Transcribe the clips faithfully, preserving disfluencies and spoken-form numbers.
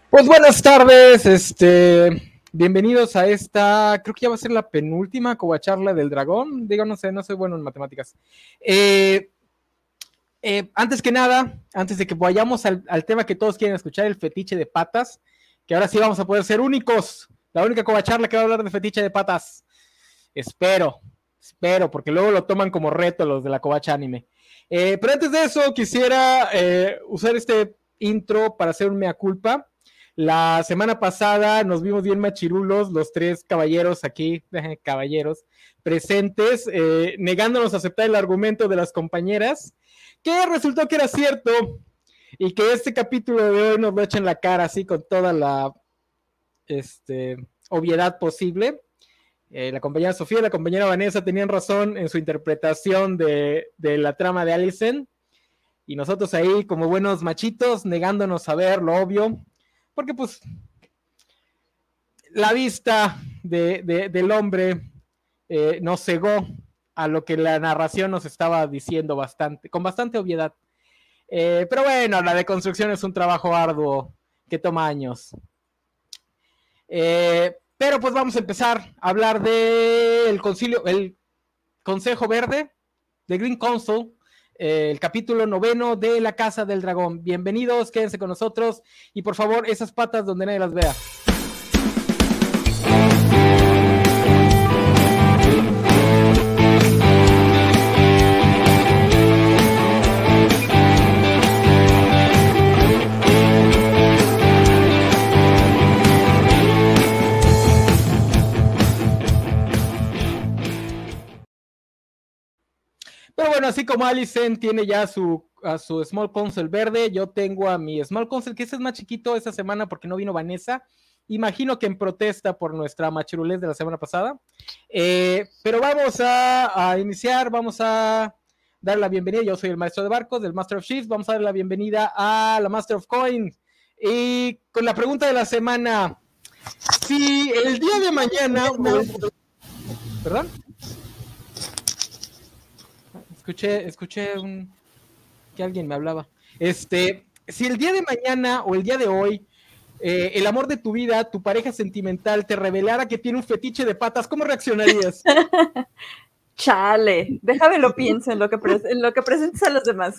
Pues buenas tardes, este, bienvenidos a esta, creo que ya va a ser la penúltima covacharla del dragón. Digo, no sé, no soy bueno en matemáticas. Eh, eh, antes que nada, antes de que vayamos al, al tema que todos quieren escuchar, el fetiche de patas, que ahora sí vamos a poder ser únicos, la única covacharla que va a hablar de fetiche de patas. Espero, espero, porque luego lo toman como reto los de la covacha anime. Eh, pero antes de eso, quisiera eh, usar este intro para hacer un mea culpa. La semana pasada nos vimos bien machirulos, los tres caballeros aquí, caballeros, presentes, eh, negándonos a aceptar el argumento de las compañeras, que resultó que era cierto, y que este capítulo de hoy nos lo echa en la cara, así con toda la este, obviedad posible. Eh, la compañera Sofía y la compañera Vanessa tenían razón en su interpretación de, de la trama de Alicent, y nosotros ahí como buenos machitos negándonos a ver lo obvio, porque pues la vista de, de, del hombre eh, nos cegó a lo que la narración nos estaba diciendo bastante, con bastante obviedad. Eh, pero bueno, la deconstrucción es un trabajo arduo que toma años. Eh, pero pues vamos a empezar a hablar del concilio, el Consejo Verde, de Green Council, eh, el capítulo noveno de La Casa del Dragón. Bienvenidos, quédense con nosotros y por favor, esas patas donde nadie las vea. Pero bueno, así como Alicent tiene ya su, a su Small Council verde, yo tengo a mi Small Council, que ese es más chiquito esta semana porque no vino Vanessa. Imagino que en protesta por nuestra machirulez de la semana pasada. Eh, pero vamos a, a iniciar, vamos a dar la bienvenida. Yo soy el maestro de barcos, del Master of Ships. Vamos a dar la bienvenida a la Master of Coin. Y con la pregunta de la semana, si el día de mañana... ¿Perdón? Escuché, escuché un, que alguien me hablaba. Este, si el día de mañana o el día de hoy, eh, el amor de tu vida, tu pareja sentimental, te revelara que tiene un fetiche de patas, ¿cómo reaccionarías? Chale, déjame lo pienso en lo que, pre- en lo que presentes a los demás.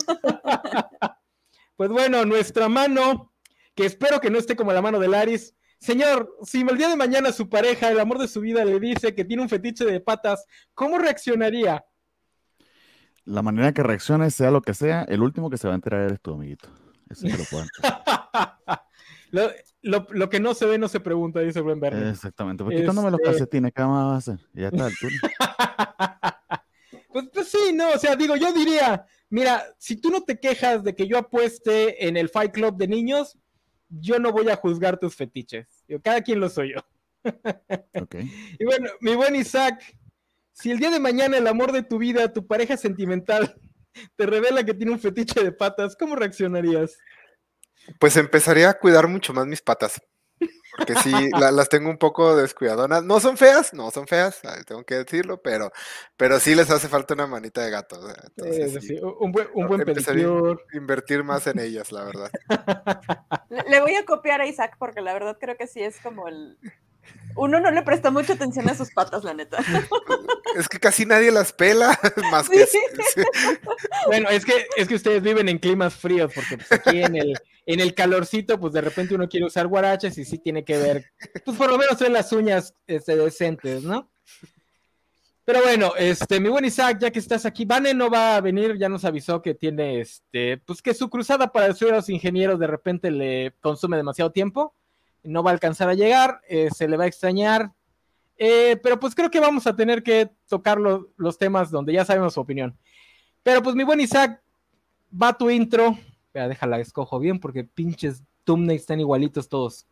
Pues bueno, nuestra mano, que espero que no esté como la mano de Laris. Señor, si el día de mañana su pareja, el amor de su vida, le dice que tiene un fetiche de patas, ¿cómo reaccionaría? La manera que reaccione, sea lo que sea, el último que se va a enterar eres tú, amiguito. Eso te lo puedo lo, lo, lo que no se ve no se pregunta, dice Bren Bernie. Exactamente. Pues quitándome los Este- calcetines, ¿qué más vas a hacer? Y ya está, el turno. Pues, pues sí, no, o sea, digo, yo diría, mira, si tú no te quejas de que yo apueste en el Fight Club de niños, yo no voy a juzgar tus fetiches. Digo, cada quien lo soy yo. Ok. Y bueno, mi buen Isaac, si el día de mañana el amor de tu vida, tu pareja sentimental, te revela que tiene un fetiche de patas, ¿cómo reaccionarías? Pues empezaría a cuidar mucho más mis patas. Porque sí, la- las tengo un poco descuidadonas. No son feas, no son feas, ay, tengo que decirlo, pero, pero sí les hace falta una manita de gato. o sea, entonces Eh, sí, sí, un buen, un buen empezaría pedicure. a invertir más en ellas, la verdad. Le, le voy a copiar a Isaac porque la verdad creo que sí es como el... Uno no le presta mucha atención a sus patas, la neta. Es que casi nadie las pela, más Sí. que... sí. Bueno, es que, es que ustedes viven en climas fríos, porque pues aquí en el, en el calorcito, pues de repente uno quiere usar guaraches y sí tiene que ver, pues por lo menos en las uñas este, decentes, ¿no? Pero bueno, este, mi buen Isaac, ya que estás aquí, Vane no va a venir, ya nos avisó que tiene, este, pues que su cruzada para destruir a los ingenieros de repente le consume demasiado tiempo, no va a alcanzar a llegar, eh, se le va a extrañar, eh, pero pues creo que vamos a tener que tocar lo, los temas donde ya sabemos su opinión. Pero pues mi buen Isaac, va tu intro. Espera, déjala, escojo bien porque pinches thumbnails están igualitos todos.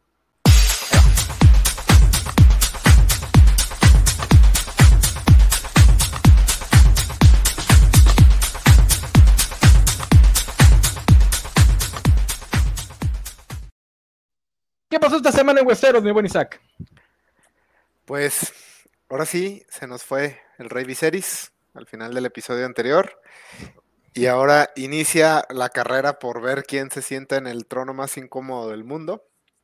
¿Qué pasó esta semana en Westeros, mi buen Isaac? Pues ahora sí, se nos fue el Rey Viserys al final del episodio anterior. Y ahora inicia la carrera por ver quién se sienta en el trono más incómodo del mundo.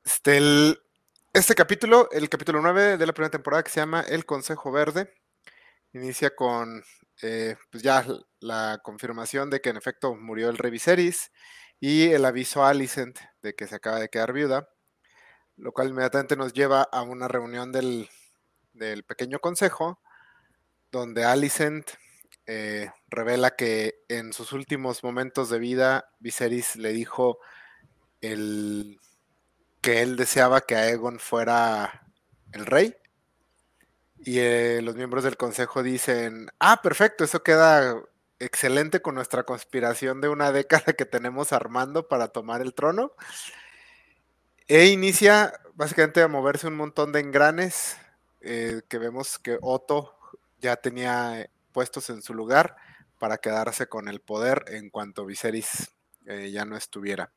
Este, el, este capítulo, el capítulo nueve de la primera temporada, que se llama El Consejo Verde, inicia con eh, pues ya la confirmación de que en efecto murió el rey Viserys y el aviso a Alicent de que se acaba de quedar viuda, lo cual inmediatamente nos lleva a una reunión del, del pequeño consejo, donde Alicent eh, revela que en sus últimos momentos de vida Viserys le dijo el, que él deseaba que Aegon fuera el rey. Y eh, los miembros del consejo dicen, ah, perfecto, eso queda excelente con nuestra conspiración de una década que tenemos armando para tomar el trono. E inicia básicamente a moverse un montón de engranes eh, que vemos que Otto ya tenía puestos en su lugar para quedarse con el poder en cuanto Viserys eh, ya no estuviera.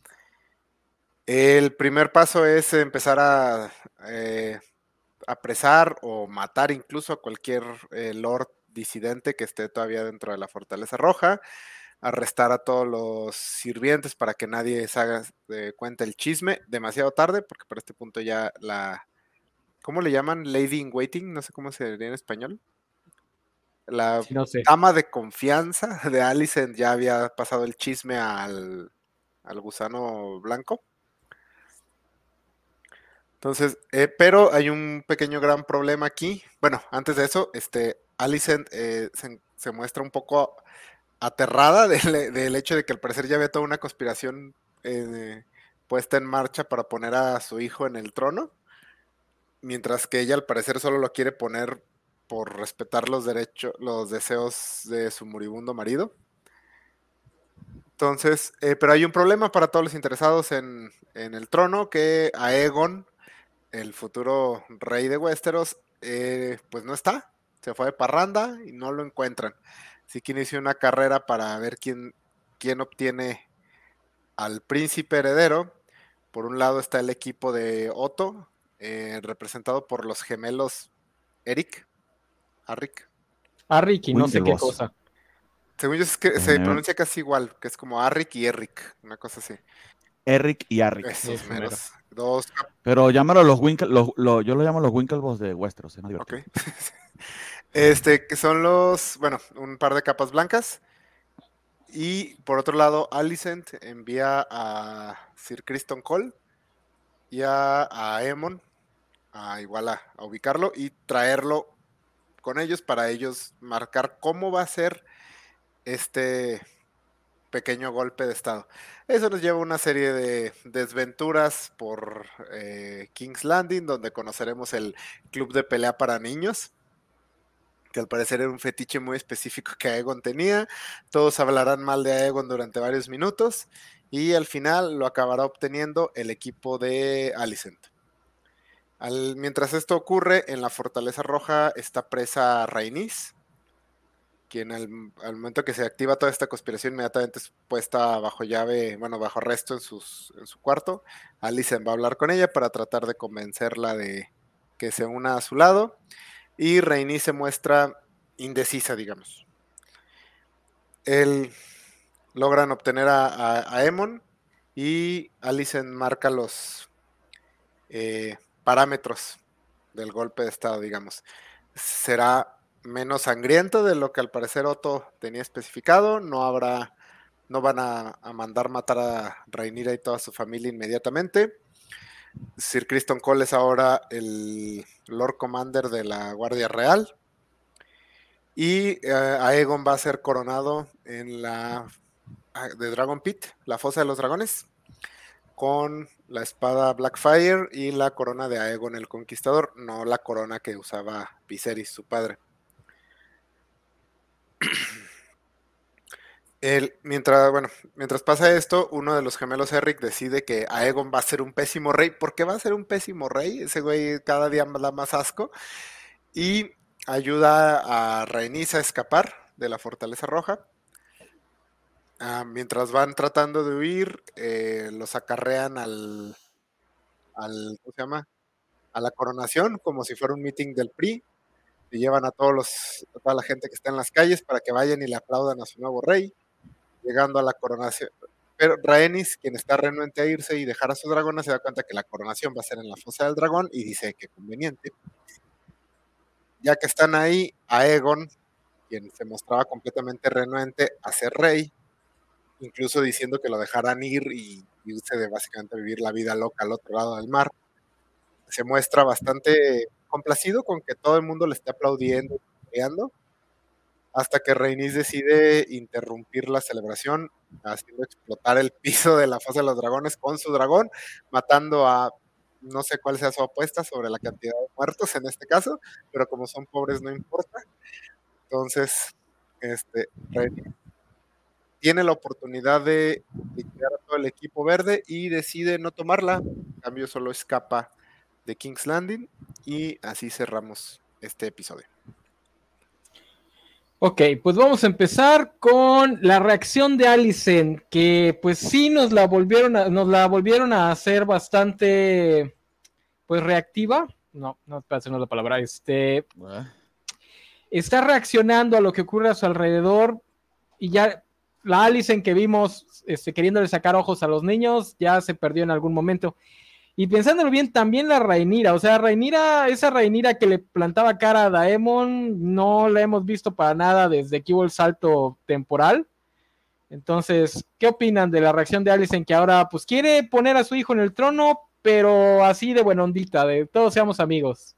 El primer paso es empezar a eh, apresar o matar incluso a cualquier eh, lord disidente que esté todavía dentro de la Fortaleza Roja, arrestar a todos los sirvientes para que nadie se haga de cuenta el chisme demasiado tarde, porque por este punto ya la, ¿cómo le llaman? Lady in waiting, no sé cómo se diría en español. La Sí, no sé. dama de confianza de Alicent ya había pasado el chisme al, al gusano blanco. Entonces, eh, pero hay un pequeño gran problema aquí. Bueno, antes de eso, este, Alicent eh, se, se muestra un poco aterrada del, del hecho de que al parecer ya había toda una conspiración eh, puesta en marcha para poner a su hijo en el trono, mientras que ella al parecer solo lo quiere poner por respetar los derechos, los deseos de su moribundo marido. Entonces, eh, pero hay un problema para todos los interesados en, en el trono, que Aegon, el futuro rey de Westeros, eh, pues no está, se fue de parranda y no lo encuentran. Así que inició una carrera para ver quién, quién obtiene al príncipe heredero. Por un lado está el equipo de Otto, eh, representado por los gemelos Eric, Arric. A Ricky, no sé qué Winklevoss. cosa. Según yo es que se Déjenme ver. pronuncia casi igual, que es como Arric y Eric, una cosa así. Eric y Arric. Esos Eso mero. meros. Dos. Pero llámalo los Winkle, los, los- yo lo llamo los Winklevoss de Westeros, es más Ok. divertido. Este, que son los, bueno, un par de capas blancas. Y por otro lado, Alicent envía a Sir Criston Cole y a, a Aemon a igual a, a ubicarlo y traerlo con ellos para ellos marcar cómo va a ser este pequeño golpe de estado. Eso nos lleva a una serie de desventuras por eh, King's Landing, donde conoceremos el club de pelea para niños, que al parecer era un fetiche muy específico que Aegon tenía. Todos hablarán mal de Aegon durante varios minutos y al final lo acabará obteniendo el equipo de Alicent. Al, mientras esto ocurre, en la Fortaleza Roja está presa Rhaenys, quien al, al momento que se activa toda esta conspiración inmediatamente es puesta bajo llave, bueno, bajo arresto en, sus, en su cuarto. Alicent va a hablar con ella para tratar de convencerla de que se una a su lado. Y Rhaenys se muestra indecisa, digamos. Él logran obtener a, a, a Aemon y Alicent marca los eh, parámetros del golpe de estado, digamos. Será menos sangriento de lo que al parecer Otto tenía especificado. No habrá, no van a, a mandar matar a Rhaenyra y toda su familia inmediatamente. Sir Criston Cole es ahora el Lord Commander de la Guardia Real. Y eh, Aegon va a ser coronado en la de Dragon Pit, la fosa de los dragones, con la espada Blackfire y la corona de Aegon el Conquistador, no la corona que usaba Viserys, su padre. El, mientras, bueno, mientras pasa esto, uno de los gemelos Eric decide que Aegon va a ser un pésimo rey. ¿Por qué va a ser un pésimo rey? Ese güey cada día me da más asco. Y ayuda a Rhaenys a escapar de la Fortaleza Roja. Uh, mientras van tratando de huir, eh, los acarrean al, al, ¿cómo se llama? A la coronación, como si fuera un meeting del P R I. Y llevan a todos los, a toda la gente que está en las calles para que vayan y le aplaudan a su nuevo rey. Llegando a la coronación, pero Rhaenys, quien está renuente a irse y dejar a su dragona, se da cuenta que la coronación va a ser en la fosa del dragón y dice que conveniente. Ya que están ahí, Aegon, quien se mostraba completamente renuente a ser rey, incluso diciendo que lo dejaran ir y irse de básicamente vivir la vida loca al otro lado del mar, se muestra bastante complacido con que todo el mundo le esté aplaudiendo y creando, hasta que Rhaenys decide interrumpir la celebración, haciendo explotar el piso de la fosa de los dragones con su dragón, matando a, no sé cuál sea su apuesta sobre la cantidad de muertos en este caso, pero como son pobres no importa. Entonces, este, Rhaenys tiene la oportunidad de liquidar a todo el equipo verde y decide no tomarla, en cambio solo escapa de King's Landing y así cerramos este episodio. Ok, pues vamos a empezar con la reacción de Alicent, que pues sí nos la volvieron a, nos la volvieron a hacer bastante pues reactiva. No, no, espérate, no es la palabra. Este ¿Eh? está reaccionando a lo que ocurre a su alrededor y ya la Alicent que vimos este, queriéndole sacar ojos a los niños ya se perdió en algún momento. Y pensándolo bien, también la Rhaenyra, o sea, Rhaenyra, esa Rhaenyra que le plantaba cara a Daemon, no la hemos visto para nada desde que hubo el salto temporal. Entonces, ¿qué opinan de la reacción de Alicent que ahora pues quiere poner a su hijo en el trono, pero así de buena ondita, de todos seamos amigos?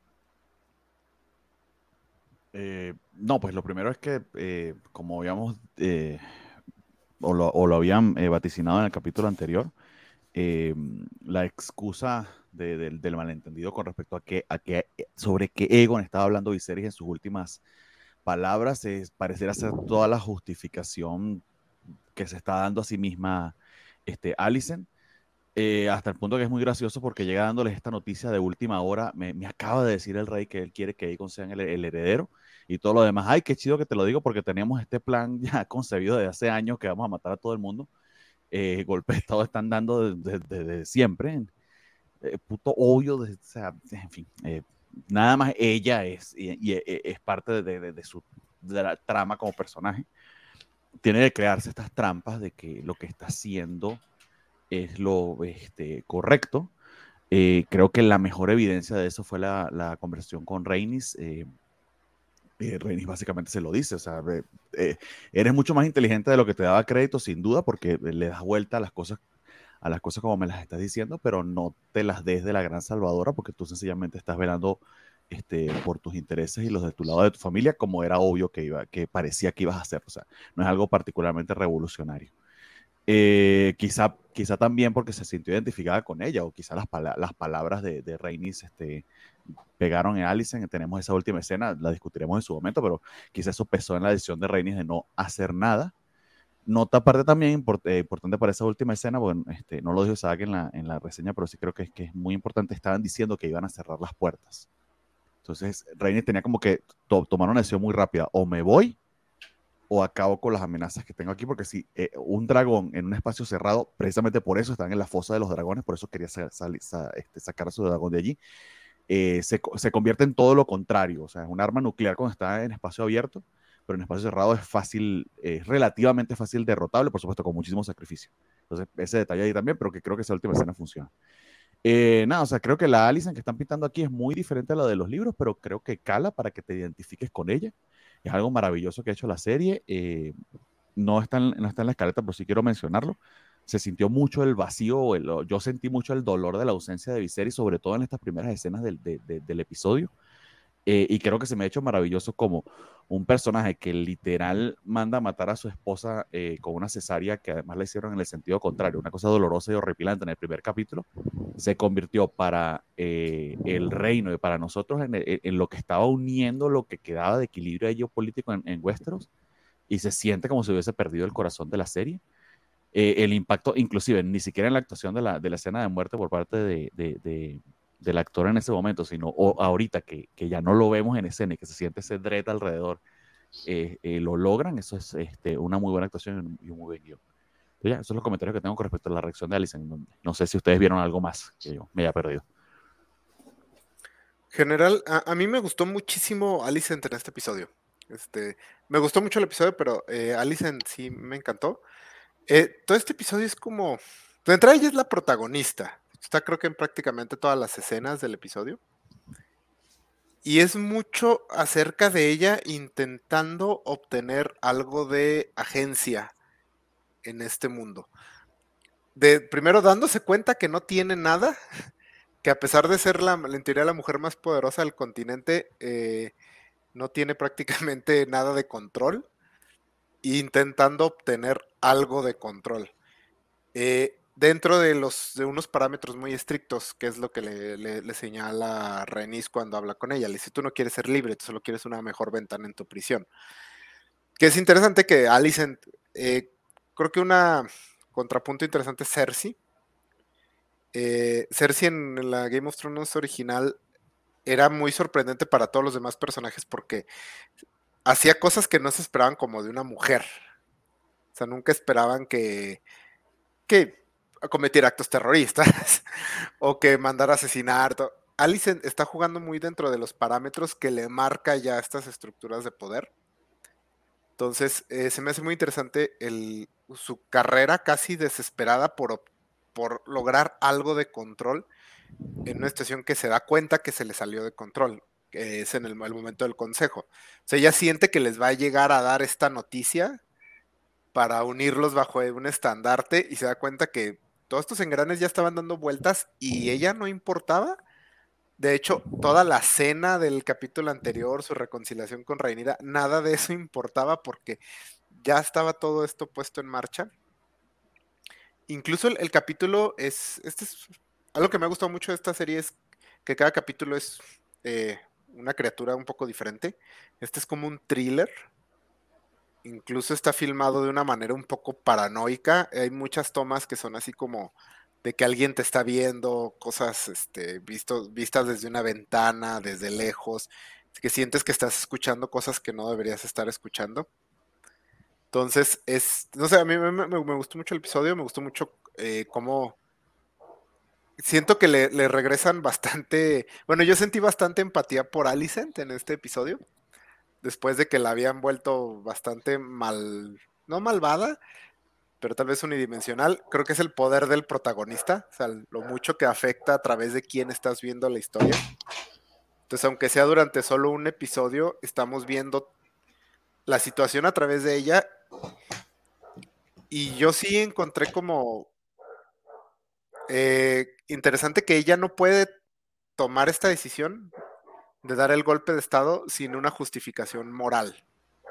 Eh, no, pues lo primero es que, eh, como habíamos, eh, o, lo, o lo habían eh, vaticinado en el capítulo anterior, eh, la excusa de, de, del malentendido con respecto a que, a que sobre que Aegon estaba hablando Viserys en sus últimas palabras es parecer ser toda la justificación que se está dando a sí misma este, Alicent, eh, hasta el punto que es muy gracioso porque llega dándoles esta noticia de última hora. Me, me acaba de decir el rey que él quiere que Aegon sea el, el heredero y todo lo demás. Ay, qué chido que te lo digo porque teníamos este plan ya concebido desde hace años que vamos a matar a todo el mundo. Eh, golpe de estado están dando desde de, de, de siempre. Eh, puto obvio, de, o sea, en fin, eh, nada más ella es, y, y, y es parte de, de, de su de la trama como personaje. Tiene que crearse estas trampas de que lo que está haciendo es lo este, correcto. Eh, creo que la mejor evidencia de eso fue la, la conversación con Rhaenys. Eh, eh, Rhaenys básicamente se lo dice, o sea, eh, eh, eres mucho más inteligente de lo que te daba crédito, sin duda, porque le das vuelta a las cosas a las cosas como me las estás diciendo, pero no te las des de la gran salvadora porque tú sencillamente estás velando este, por tus intereses y los de tu lado de tu familia, como era obvio que, iba, que parecía que ibas a hacer. O sea, no es algo particularmente revolucionario. Eh, quizá, quizá también porque se sintió identificada con ella, o quizá las, pala las palabras de, de Rhaenys este, pegaron en Alicent. Tenemos esa última escena, la discutiremos en su momento, pero quizá eso pesó en la decisión de Rhaenys de no hacer nada. Nota aparte también import, eh, importante para esa última escena, bueno, este, no lo dijo Isaac en la, en la reseña, pero sí creo que es, que es muy importante. Estaban diciendo que iban a cerrar las puertas. Entonces, Rhaenys tenía como que to tomar una decisión muy rápida. O me voy o acabo con las amenazas que tengo aquí, porque si eh, un dragón en un espacio cerrado, precisamente por eso están en la fosa de los dragones, por eso quería sa sa sa este, sacar a su dragón de allí, eh, se, se convierte en todo lo contrario. O sea, es un arma nuclear cuando está en espacio abierto, pero en espacio cerrado es fácil, es relativamente fácil derrotable, por supuesto, con muchísimo sacrificio. Entonces, ese detalle ahí también, pero que creo que esa última escena funciona. Eh, nada, o sea, creo que la Alicent que están pintando aquí es muy diferente a la de los libros, pero creo que cala para que te identifiques con ella. Es algo maravilloso que ha hecho la serie. Eh, no, está en, no está en la escaleta, pero sí quiero mencionarlo. Se sintió mucho el vacío, el, yo sentí mucho el dolor de la ausencia de Viserys, sobre todo en estas primeras escenas del, de, de, del episodio. Eh, y creo que se me ha hecho maravilloso como un personaje que literal manda a matar a su esposa eh, con una cesárea, que además la hicieron en el sentido contrario, una cosa dolorosa y horripilante en el primer capítulo, se convirtió para eh, el reino y para nosotros en, en, en lo que estaba uniendo lo que quedaba de equilibrio geopolítico en, en Westeros, y se siente como si hubiese perdido el corazón de la serie. Eh, el impacto, inclusive, ni siquiera en la actuación de la, de la escena de muerte por parte de, de, de del actor en ese momento, sino o ahorita que, que ya no lo vemos en escena y que se siente ese dread alrededor, eh, eh, lo logran. Eso es este, una muy buena actuación y un muy buen guión. Entonces, ya, esos son los comentarios que tengo con respecto a la reacción de Alicent. No, no sé si ustedes vieron algo más que yo me haya perdido. General, a, a mí me gustó muchísimo Alicent en este episodio. Este, me gustó mucho el episodio, pero eh, Alicent sí me encantó. Eh, todo este episodio es como... De entrada ella es la protagonista. Está creo que en prácticamente todas las escenas del episodio. Y es mucho acerca de ella intentando obtener algo de agencia en este mundo. De, primero dándose cuenta que no tiene nada, que a pesar de ser la, en teoría la mujer más poderosa del continente, eh, no tiene prácticamente nada de control, e intentando obtener algo de control. Eh, dentro de, los, de unos parámetros muy estrictos, que es lo que le, le, le señala Rhaenys cuando habla con ella. Le dice, tú no quieres ser libre, tú solo quieres una mejor ventana en tu prisión. Que es interesante que Alicent, eh, creo que una contrapunto interesante es Cersei. Eh, Cersei en la Game of Thrones original era muy sorprendente para todos los demás personajes porque hacía cosas que no se esperaban como de una mujer. O sea, nunca esperaban que, que cometiera actos terroristas o que mandara a asesinar. Alicent está jugando muy dentro de los parámetros que le marca ya estas estructuras de poder. Entonces, eh, se me hace muy interesante el, su carrera casi desesperada por, por lograr algo de control en una situación que se da cuenta que se le salió de control, que es en el, el momento del consejo. O sea, ella siente que les va a llegar a dar esta noticia para unirlos bajo un estandarte y se da cuenta que todos estos engranes ya estaban dando vueltas y ella no importaba. De hecho, toda la cena del capítulo anterior, su reconciliación con Rhaenyra, nada de eso importaba porque ya estaba todo esto puesto en marcha. Incluso el, el capítulo es, este es... Algo que me ha gustado mucho de esta serie es que cada capítulo es eh, una criatura un poco diferente. Este es como un thriller. Incluso está filmado de una manera un poco paranoica. Hay muchas tomas que son así como de que alguien te está viendo, cosas este, visto, vistas desde una ventana, desde lejos, que sientes que estás escuchando cosas que no deberías estar escuchando. Entonces, es, no sé, a mí me, me, me gustó mucho el episodio, me gustó mucho eh, cómo... Siento que le, le regresan bastante... Bueno, yo sentí bastante empatía por Alicent en este episodio, después de que la habían vuelto bastante mal... No malvada, pero tal vez unidimensional. Creo que es el poder del protagonista, o sea, lo mucho que afecta a través de quién estás viendo la historia. Entonces, aunque sea durante solo un episodio, estamos viendo la situación a través de ella. Y yo sí encontré como eh, interesante que ella no puede tomar esta decisión de dar el golpe de estado sin una justificación moral.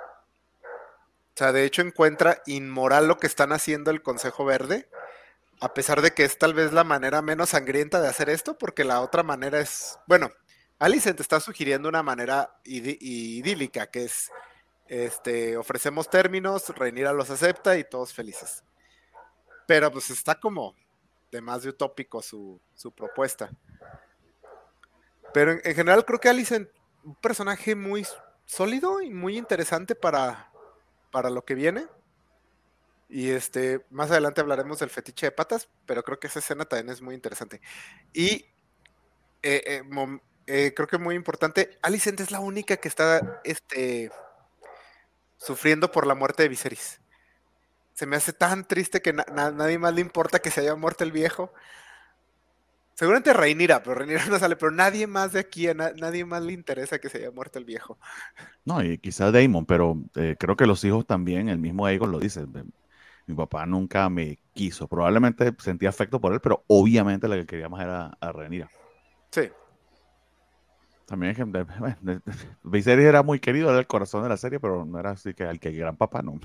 O sea, de hecho encuentra inmoral lo que están haciendo el Consejo Verde, a pesar de que es tal vez la manera menos sangrienta de hacer esto, porque la otra manera es, bueno, Alicent está sugiriendo una manera id- idílica, que es, este, ofrecemos términos, Rhaenyra los acepta y todos felices. Pero pues está como de más de utópico su, su propuesta. Pero en, en general creo que Alicent, un personaje muy sólido y muy interesante para, para lo que viene. Y este, más adelante hablaremos del fetiche de patas, pero creo que esa escena también es muy interesante. Y eh, eh, mom, eh, creo que muy importante, Alicent es la única que está este, sufriendo por la muerte de Viserys. Se me hace tan triste que na na nadie más le importa que se haya muerto el viejo. Seguramente Rhaenyra, pero Rhaenyra no sale, pero nadie más de aquí, a na nadie más le interesa que se haya muerto el viejo. No, y quizás Daemon, pero eh, creo que los hijos también, el mismo Aegon lo dice. Mi papá nunca me quiso. Probablemente sentía afecto por él, pero obviamente la que quería más era a Rhaenyra. Sí. También es que bueno, Viserys era muy querido, era el corazón de la serie, pero no era así que al que gran papá no.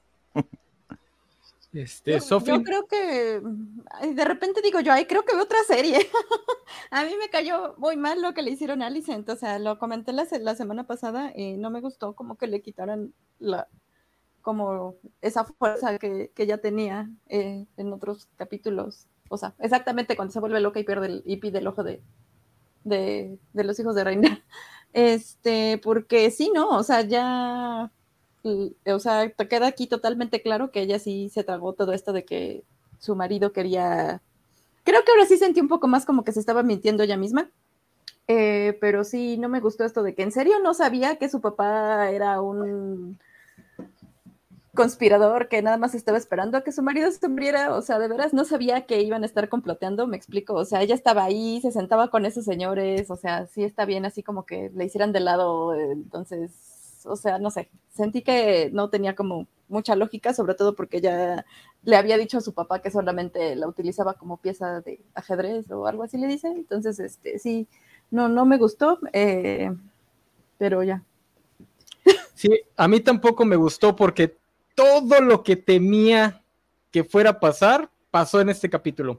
Este, yo, yo creo que de repente digo yo, ay, creo que veo otra serie. A mí me cayó muy mal lo que le hicieron a Alicent, o sea, lo comenté la, la semana pasada, eh, no me gustó como que le quitaran la, como esa fuerza que, que ya tenía eh, en otros capítulos, o sea, exactamente cuando se vuelve loca y pierde el, y pide el ojo de, de, de los hijos de Reina. Este, porque sí, no, o sea, ya, o sea, te queda aquí totalmente claro que ella sí se tragó todo esto de que su marido quería, creo que ahora sí sentí un poco más como que se estaba mintiendo ella misma, eh, pero sí, no me gustó esto de que en serio no sabía que su papá era un conspirador que nada más estaba esperando a que su marido se muriera, o sea, de veras no sabía que iban a estar comploteando, me explico, o sea, ella estaba ahí, se sentaba con esos señores, o sea, sí está bien así como que le hicieran de lado, entonces, o sea, no sé, sentí que no tenía como mucha lógica, sobre todo porque ella le había dicho a su papá que solamente la utilizaba como pieza de ajedrez o algo así le dice, entonces, este, sí, no, no me gustó, eh, pero ya. Sí, a mí tampoco me gustó porque todo lo que temía que fuera a pasar, pasó en este capítulo.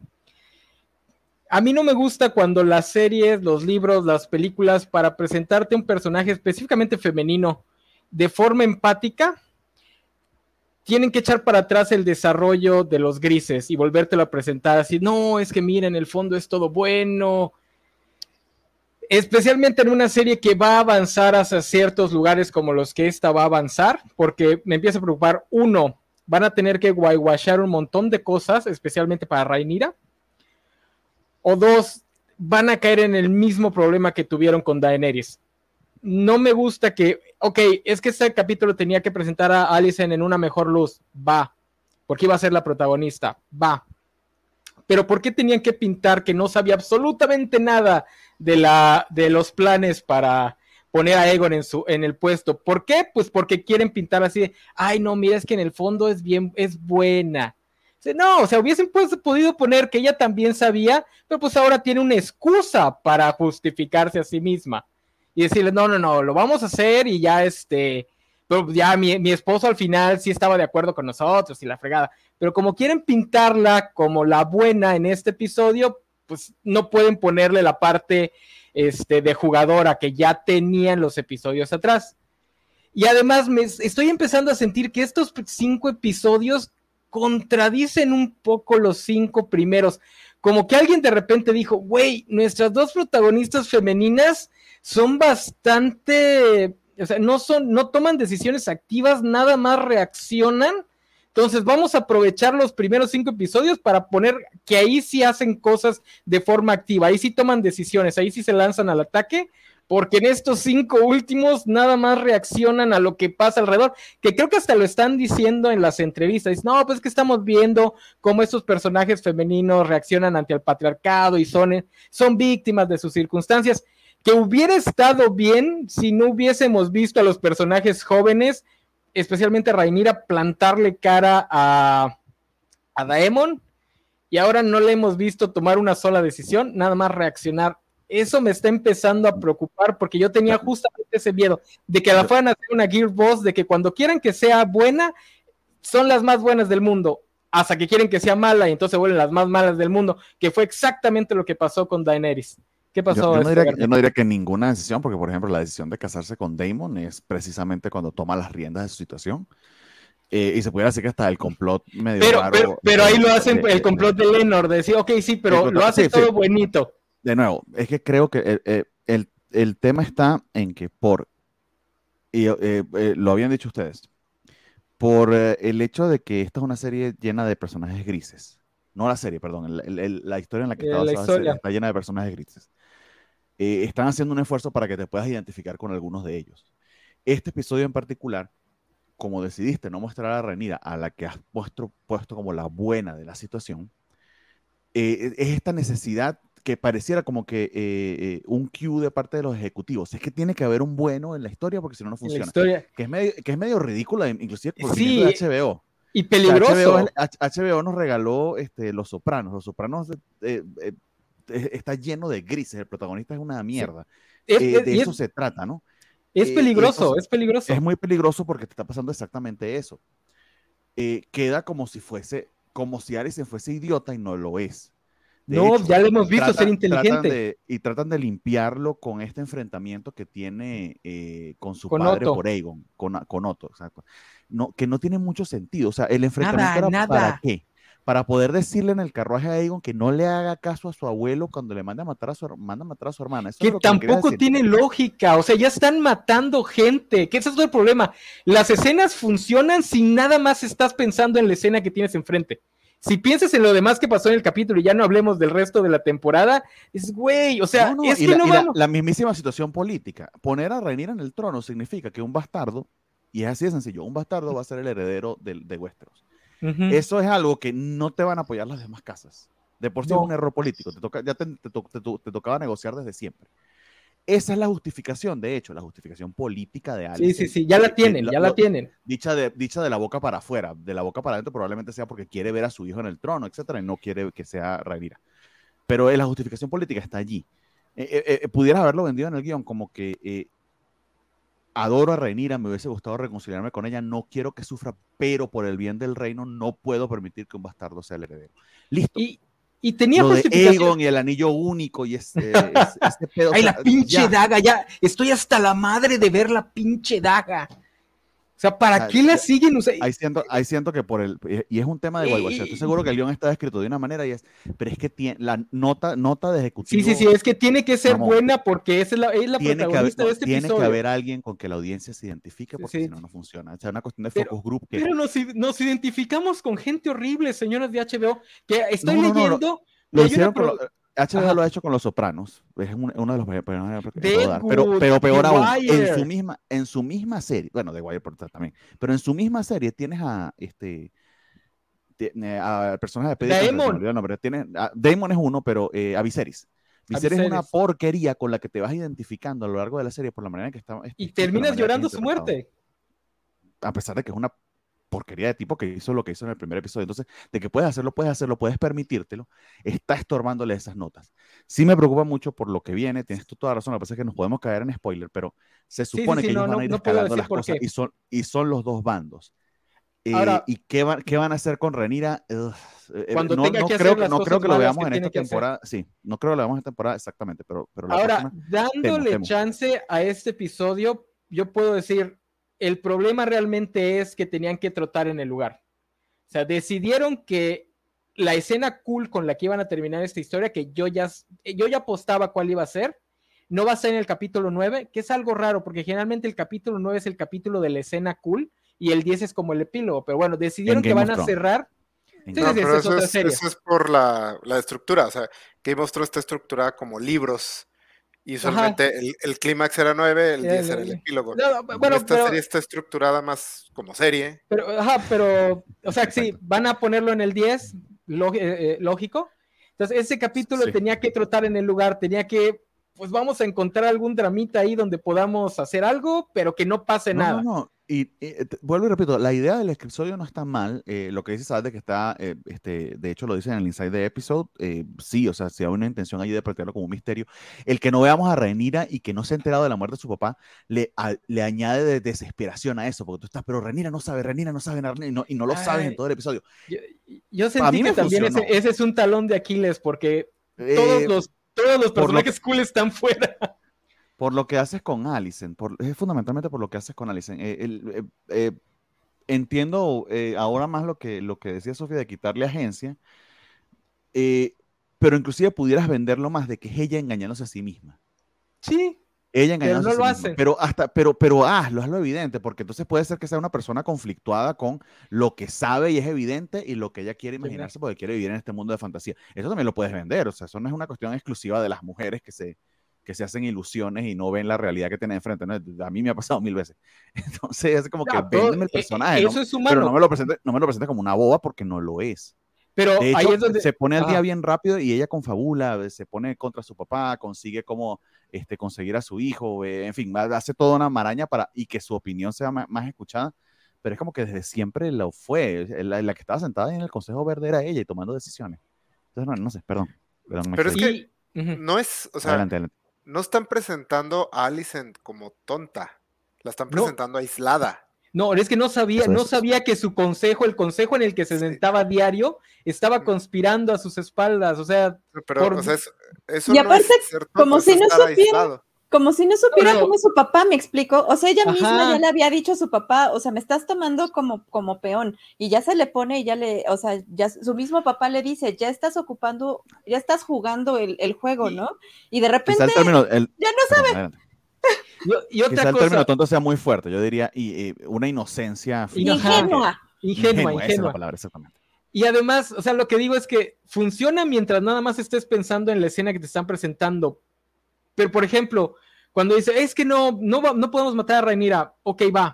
A mí no me gusta cuando las series, los libros, las películas, para presentarte un personaje específicamente femenino de forma empática, tienen que echar para atrás el desarrollo de los grises y volvértelo a presentar así, no, es que mira, en el fondo es todo bueno, especialmente en una serie que va a avanzar hacia ciertos lugares como los que esta va a avanzar, porque me empieza a preocupar, uno, van a tener que whitewashar un montón de cosas, especialmente para Rhaenyra, o dos, van a caer en el mismo problema que tuvieron con Daenerys. No me gusta que, ok, es que este capítulo tenía que presentar a Alicent en una mejor luz, va, porque iba a ser la protagonista, va, pero ¿por qué tenían que pintar que no sabía absolutamente nada de, la, de los planes para poner a Aegon en, su, en el puesto? ¿Por qué? Pues porque quieren pintar así de, ay no, mira, es que en el fondo es bien, es buena. No, o sea, hubiesen pues, podido poner que ella también sabía, pero pues ahora tiene una excusa para justificarse a sí misma y decirle, no, no, no, lo vamos a hacer y ya este, pero ya mi, mi esposo al final sí estaba de acuerdo con nosotros y la fregada, pero como quieren pintarla como la buena en este episodio, pues no pueden ponerle la parte este, de jugadora que ya tenían los episodios atrás. Y además me estoy empezando a sentir que estos cinco episodios contradicen un poco los cinco primeros, como que alguien de repente dijo, güey, nuestras dos protagonistas femeninas son bastante, o sea, no son, no toman decisiones activas, nada más reaccionan, entonces vamos a aprovechar los primeros cinco episodios para poner que ahí sí hacen cosas de forma activa, ahí sí toman decisiones, ahí sí se lanzan al ataque, porque en estos cinco últimos nada más reaccionan a lo que pasa alrededor, que creo que hasta lo están diciendo en las entrevistas, dicen, no, pues que estamos viendo cómo estos personajes femeninos reaccionan ante el patriarcado y son, son víctimas de sus circunstancias, que hubiera estado bien si no hubiésemos visto a los personajes jóvenes, especialmente a Rhaenyra, plantarle cara a, a Daemon, y ahora no le hemos visto tomar una sola decisión, nada más reaccionar. Eso me está empezando a preocupar porque yo tenía justamente ese miedo de que la fueran a hacer una Gear Boss, de que cuando quieran que sea buena, son las más buenas del mundo, hasta que quieren que sea mala y entonces vuelven las más malas del mundo, que fue exactamente lo que pasó con Daenerys. ¿Qué pasó? Yo, yo, no diría que, yo no diría que ninguna decisión, porque por ejemplo la decisión de casarse con Daemon es precisamente cuando toma las riendas de su situación. Eh, y se pudiera decir que hasta el complot medio pero, raro. Pero, pero ahí lo hacen, el complot de Lenor, de decir, ok, sí, pero lo hace sí, todo sí. buenito. De nuevo, es que creo que el, el, el, el tema está en que por, y eh, eh, lo habían dicho ustedes, por eh, el hecho de que esta es una serie llena de personajes grises, no la serie, perdón, el, el, el, la historia en la que está, eh, la basada está llena de personajes grises. Eh, están haciendo un esfuerzo para que te puedas identificar con algunos de ellos. Este episodio en particular, como decidiste no mostrar a Rhaenyra, a la que has puesto, puesto como la buena de la situación, eh, es esta necesidad que pareciera como que eh, eh, un cue de parte de los ejecutivos. Es que tiene que haber un bueno en la historia porque si no, no funciona. Que es medio, que es medio ridícula, inclusive por sí, de H B O. Y peligroso. O sea, H B O, H B O nos regaló este, Los Sopranos. Los Sopranos eh, eh, eh, está lleno de grises. El protagonista es una mierda. Sí. Es, eh, de eso es, se trata, ¿no? Es peligroso, entonces, es peligroso. Es muy peligroso porque te está pasando exactamente eso. Eh, queda como si fuese, como si Alicent fuese idiota y no lo es. De no, hecho, ya lo hemos visto tratan, ser inteligente. Tratan de, y tratan de limpiarlo con este enfrentamiento que tiene eh, con su con padre Otto. por Aegon, con, con Otto, exacto. No, que no tiene mucho sentido. O sea, el enfrentamiento nada, era nada. ¿para qué? Para poder decirle en el carruaje a Aegon que no le haga caso a su abuelo cuando le manda a matar a su, manda a, matar a su hermana. Eso que, es lo que tampoco tiene lógica, o sea, ya están matando gente, que ese es todo el problema. Las escenas funcionan si nada más estás pensando en la escena que tienes enfrente. Si piensas en lo demás que pasó en el capítulo y ya no hablemos del resto de la temporada, es güey, o sea, no, no, es y que la, no y vamos. La, la mismísima situación política. Poner a Rhaenyra en el trono significa que un bastardo Y es así de sencillo. Un bastardo va a ser el heredero de, de Westeros. Ujú. Eso es algo que no te van a apoyar las demás casas. De por sí No. es un error político. Te toca, ya te, te, to- te to- te tocaba negociar desde siempre. Esa es la justificación, de hecho, la justificación política de Sí, Alicent. sí, sí, ya la que- tienen, lo- ya la lo- tienen. Dicha de, dicha de la boca para afuera, de la boca para adentro probablemente sea porque quiere ver a su hijo en el trono, etcétera, y no quiere que sea Rhaenyra. Pero eh, la justificación política está allí. Eh, eh, eh, pudieras haberlo vendido en el guión como que eh, adoro a Rhaenyra, me hubiese gustado reconciliarme con ella, no quiero que sufra, pero por el bien del reino no puedo permitir que un bastardo sea el heredero. Listo. Y, y tenía Lo de justificación. Aegon y el anillo único y ese, ese, ese pedo. Ay, o sea, la pinche ya. daga, ya. Estoy hasta la madre de ver la pinche daga. O sea, ¿para O sea, qué la ya- siguen? O sea, Ahí siento, ahí siento que por el, y es un tema de whitewashing. Estoy seguro que el guión está escrito de una manera y es, pero es que tiene la nota, nota de ejecutivo. sí, sí, sí, es que tiene que ser Mamón. buena porque esa es la, es la Tiene que, haber, protagonista no, de este tiene episodio. que haber alguien con que la audiencia se identifique porque Sí. si no, no funciona. O sea, una cuestión de Pero- focus group que... Pero nos, nos identificamos con gente horrible, señoras de H B O, que estoy No, no, no, leyendo. Lo que hay hicieron una con pro- lo- H B O Ajá. lo ha hecho con Los Sopranos. Es un- uno de los peores ejemplos que puedo dar. Deadwood, Pero, pero peor The aún, Wire. en su misma, en su misma serie, bueno, The Wire por tanto también, pero en su misma serie tienes a este tiene al personaje de Pedro Sánchez, se me Daemon. olvidó el nombre, tiene, a, Daemon es uno, pero eh, a Viserys. Viserys es una Viserys. porquería con la que te vas identificando a lo largo de la serie por la manera en que está. Y escrito, la terminas manera que llorando es su interpretado. muerte. A pesar de que es una porquería de tipo que hizo lo que hizo en el primer episodio. Entonces, de que puedes hacerlo, puedes hacerlo, puedes permitírtelo, está estorbándole esas notas. Sí me preocupa mucho por lo que viene, tienes tú toda razón, lo que pasa es que nos podemos caer en spoiler, pero se sí, supone sí, que no, ellos van no- a ir no puedo escalando decir las por cosas qué. y son, y son los dos bandos. Eh, Ahora- ¿Y qué van, qué van a hacer con Rhaenyra? Ugh, eh, Cuando no, tenga no que creo hacer que, las no creo cosas que lo malas veamos que en tiene esta que hacer. temporada, sí, no creo que lo veamos en esta temporada exactamente, pero, pero la Ahora, próxima, dándole temo, temo. chance a este episodio, yo puedo decir, el problema realmente es que tenían que trotar en el lugar. O sea, decidieron que la escena cool con la que iban a terminar esta historia, que yo ya, yo ya apostaba cuál iba a ser, no va a ser en el capítulo nueve, que es algo raro, porque generalmente el capítulo nueve es el capítulo de la escena cool y el diez es como el epílogo, pero bueno, decidieron En que Game van of a Thrones. cerrar. En Sí, No, sí, sí, pero esa es eso otra es, serie. eso es por la, la estructura. O sea, Game of Thrones está estructurada como libros. Y usualmente el, el clímax era nueve, el diez era el epílogo. No, bueno, Esta pero, serie está estructurada más como serie. pero, ajá, pero, o sea, sí, Exacto. van a ponerlo en el diez, log- eh, eh, lógico. Entonces, ese capítulo Sí. tenía que trotar en el lugar, tenía que, pues vamos a encontrar algún dramita ahí donde podamos hacer algo, pero que no pase No, nada. no, no. Y, y, eh, te- vuelvo y repito, la idea del episodio no está mal. Eh, lo que dice Sad de que está, eh, este, de hecho lo dice en el Inside the Episode, eh, sí, o sea, si hay una intención allí de plantearlo como un misterio. El que no veamos a Rhaenyra y que no se ha enterado de la muerte de su papá, le, a- le añade de desesperación a eso, porque tú estás, pero Rhaenyra no sabe, Rhaenyra no sabe, Rhaenyra, y no, y no lo sabes en Ay. todo el episodio. Yo, yo A sentí mí que me también ese, funcionó. ese es un talón de Aquiles, porque Eh, todos los, todos los por lo personajes cool están fuera. Por lo que haces con Alicent, por, es fundamentalmente por lo que haces con Alicent. Eh, el- eh, eh, entiendo eh, ahora más lo que, lo que decía Sofía de quitarle agencia, eh, pero inclusive pudieras venderlo más de que es ella engañándose a sí misma. Sí, Ella engañándose no a sí lo misma. hace. Pero hasta, pero, pero hazlo, hazlo evidente, porque entonces puede ser que sea una persona conflictuada con lo que sabe y es evidente y lo que ella quiere imaginarse porque quiere vivir en este mundo de fantasía. Eso también lo puedes vender, o sea, eso no es una cuestión exclusiva de las mujeres que se, que se hacen ilusiones y no ven la realidad que tienen enfrente, ¿no? A mí me ha pasado mil veces. Entonces es como que No, todo- véndeme el eh, personaje, eso ¿no? es humano. Pero no me lo presente, no me lo presente como una boba porque no lo es. Pero De ahí hecho, es donde se pone al día Ajá. bien rápido y ella confabula, se pone contra su papá, consigue como este, conseguir a su hijo, eh, en fin, hace toda una maraña para y que su opinión sea más, más escuchada, pero es como que desde siempre lo fue. La, la que estaba sentada en el Consejo Verde era ella y tomando decisiones. Entonces, no, no sé, perdón. perdón me Pero es excedí. que Y- ujú. no es, o sea, adelante, adelante. no están presentando a Alicent como tonta. La están No. presentando aislada. No, es que no sabía, Eso no es. sabía que su consejo, el consejo en el que se Sí. sentaba a diario, estaba conspirando a sus espaldas. O sea, Pero, Por- o sea, es- eso Y no aparte, es ser tonto, como es si no estar supiera- aislado. Como si no supiera Pero- cómo es su papá, me explico. O sea, ella Ajá. misma ya le había dicho a su papá, o sea, me estás tomando como, como peón. Y ya se le pone y ya le, o sea, ya su mismo papá le dice, ya estás ocupando, ya estás jugando el, el juego, ¿no? Y de repente, Quizá el término, el, ya no perdón, adelante. y, y Quizá otra el término cosa, tonto sea muy fuerte, yo diría, y, y una inocencia. Y- ajá. ingenua. ingenua, esa es la ingenua. palabra, exactamente. Y además, o sea, lo que digo es que funciona mientras nada más estés pensando en la escena que te están presentando. Pero, por ejemplo, cuando dice, es que no, no, va- no podemos matar a Rhaenyra, ok, va.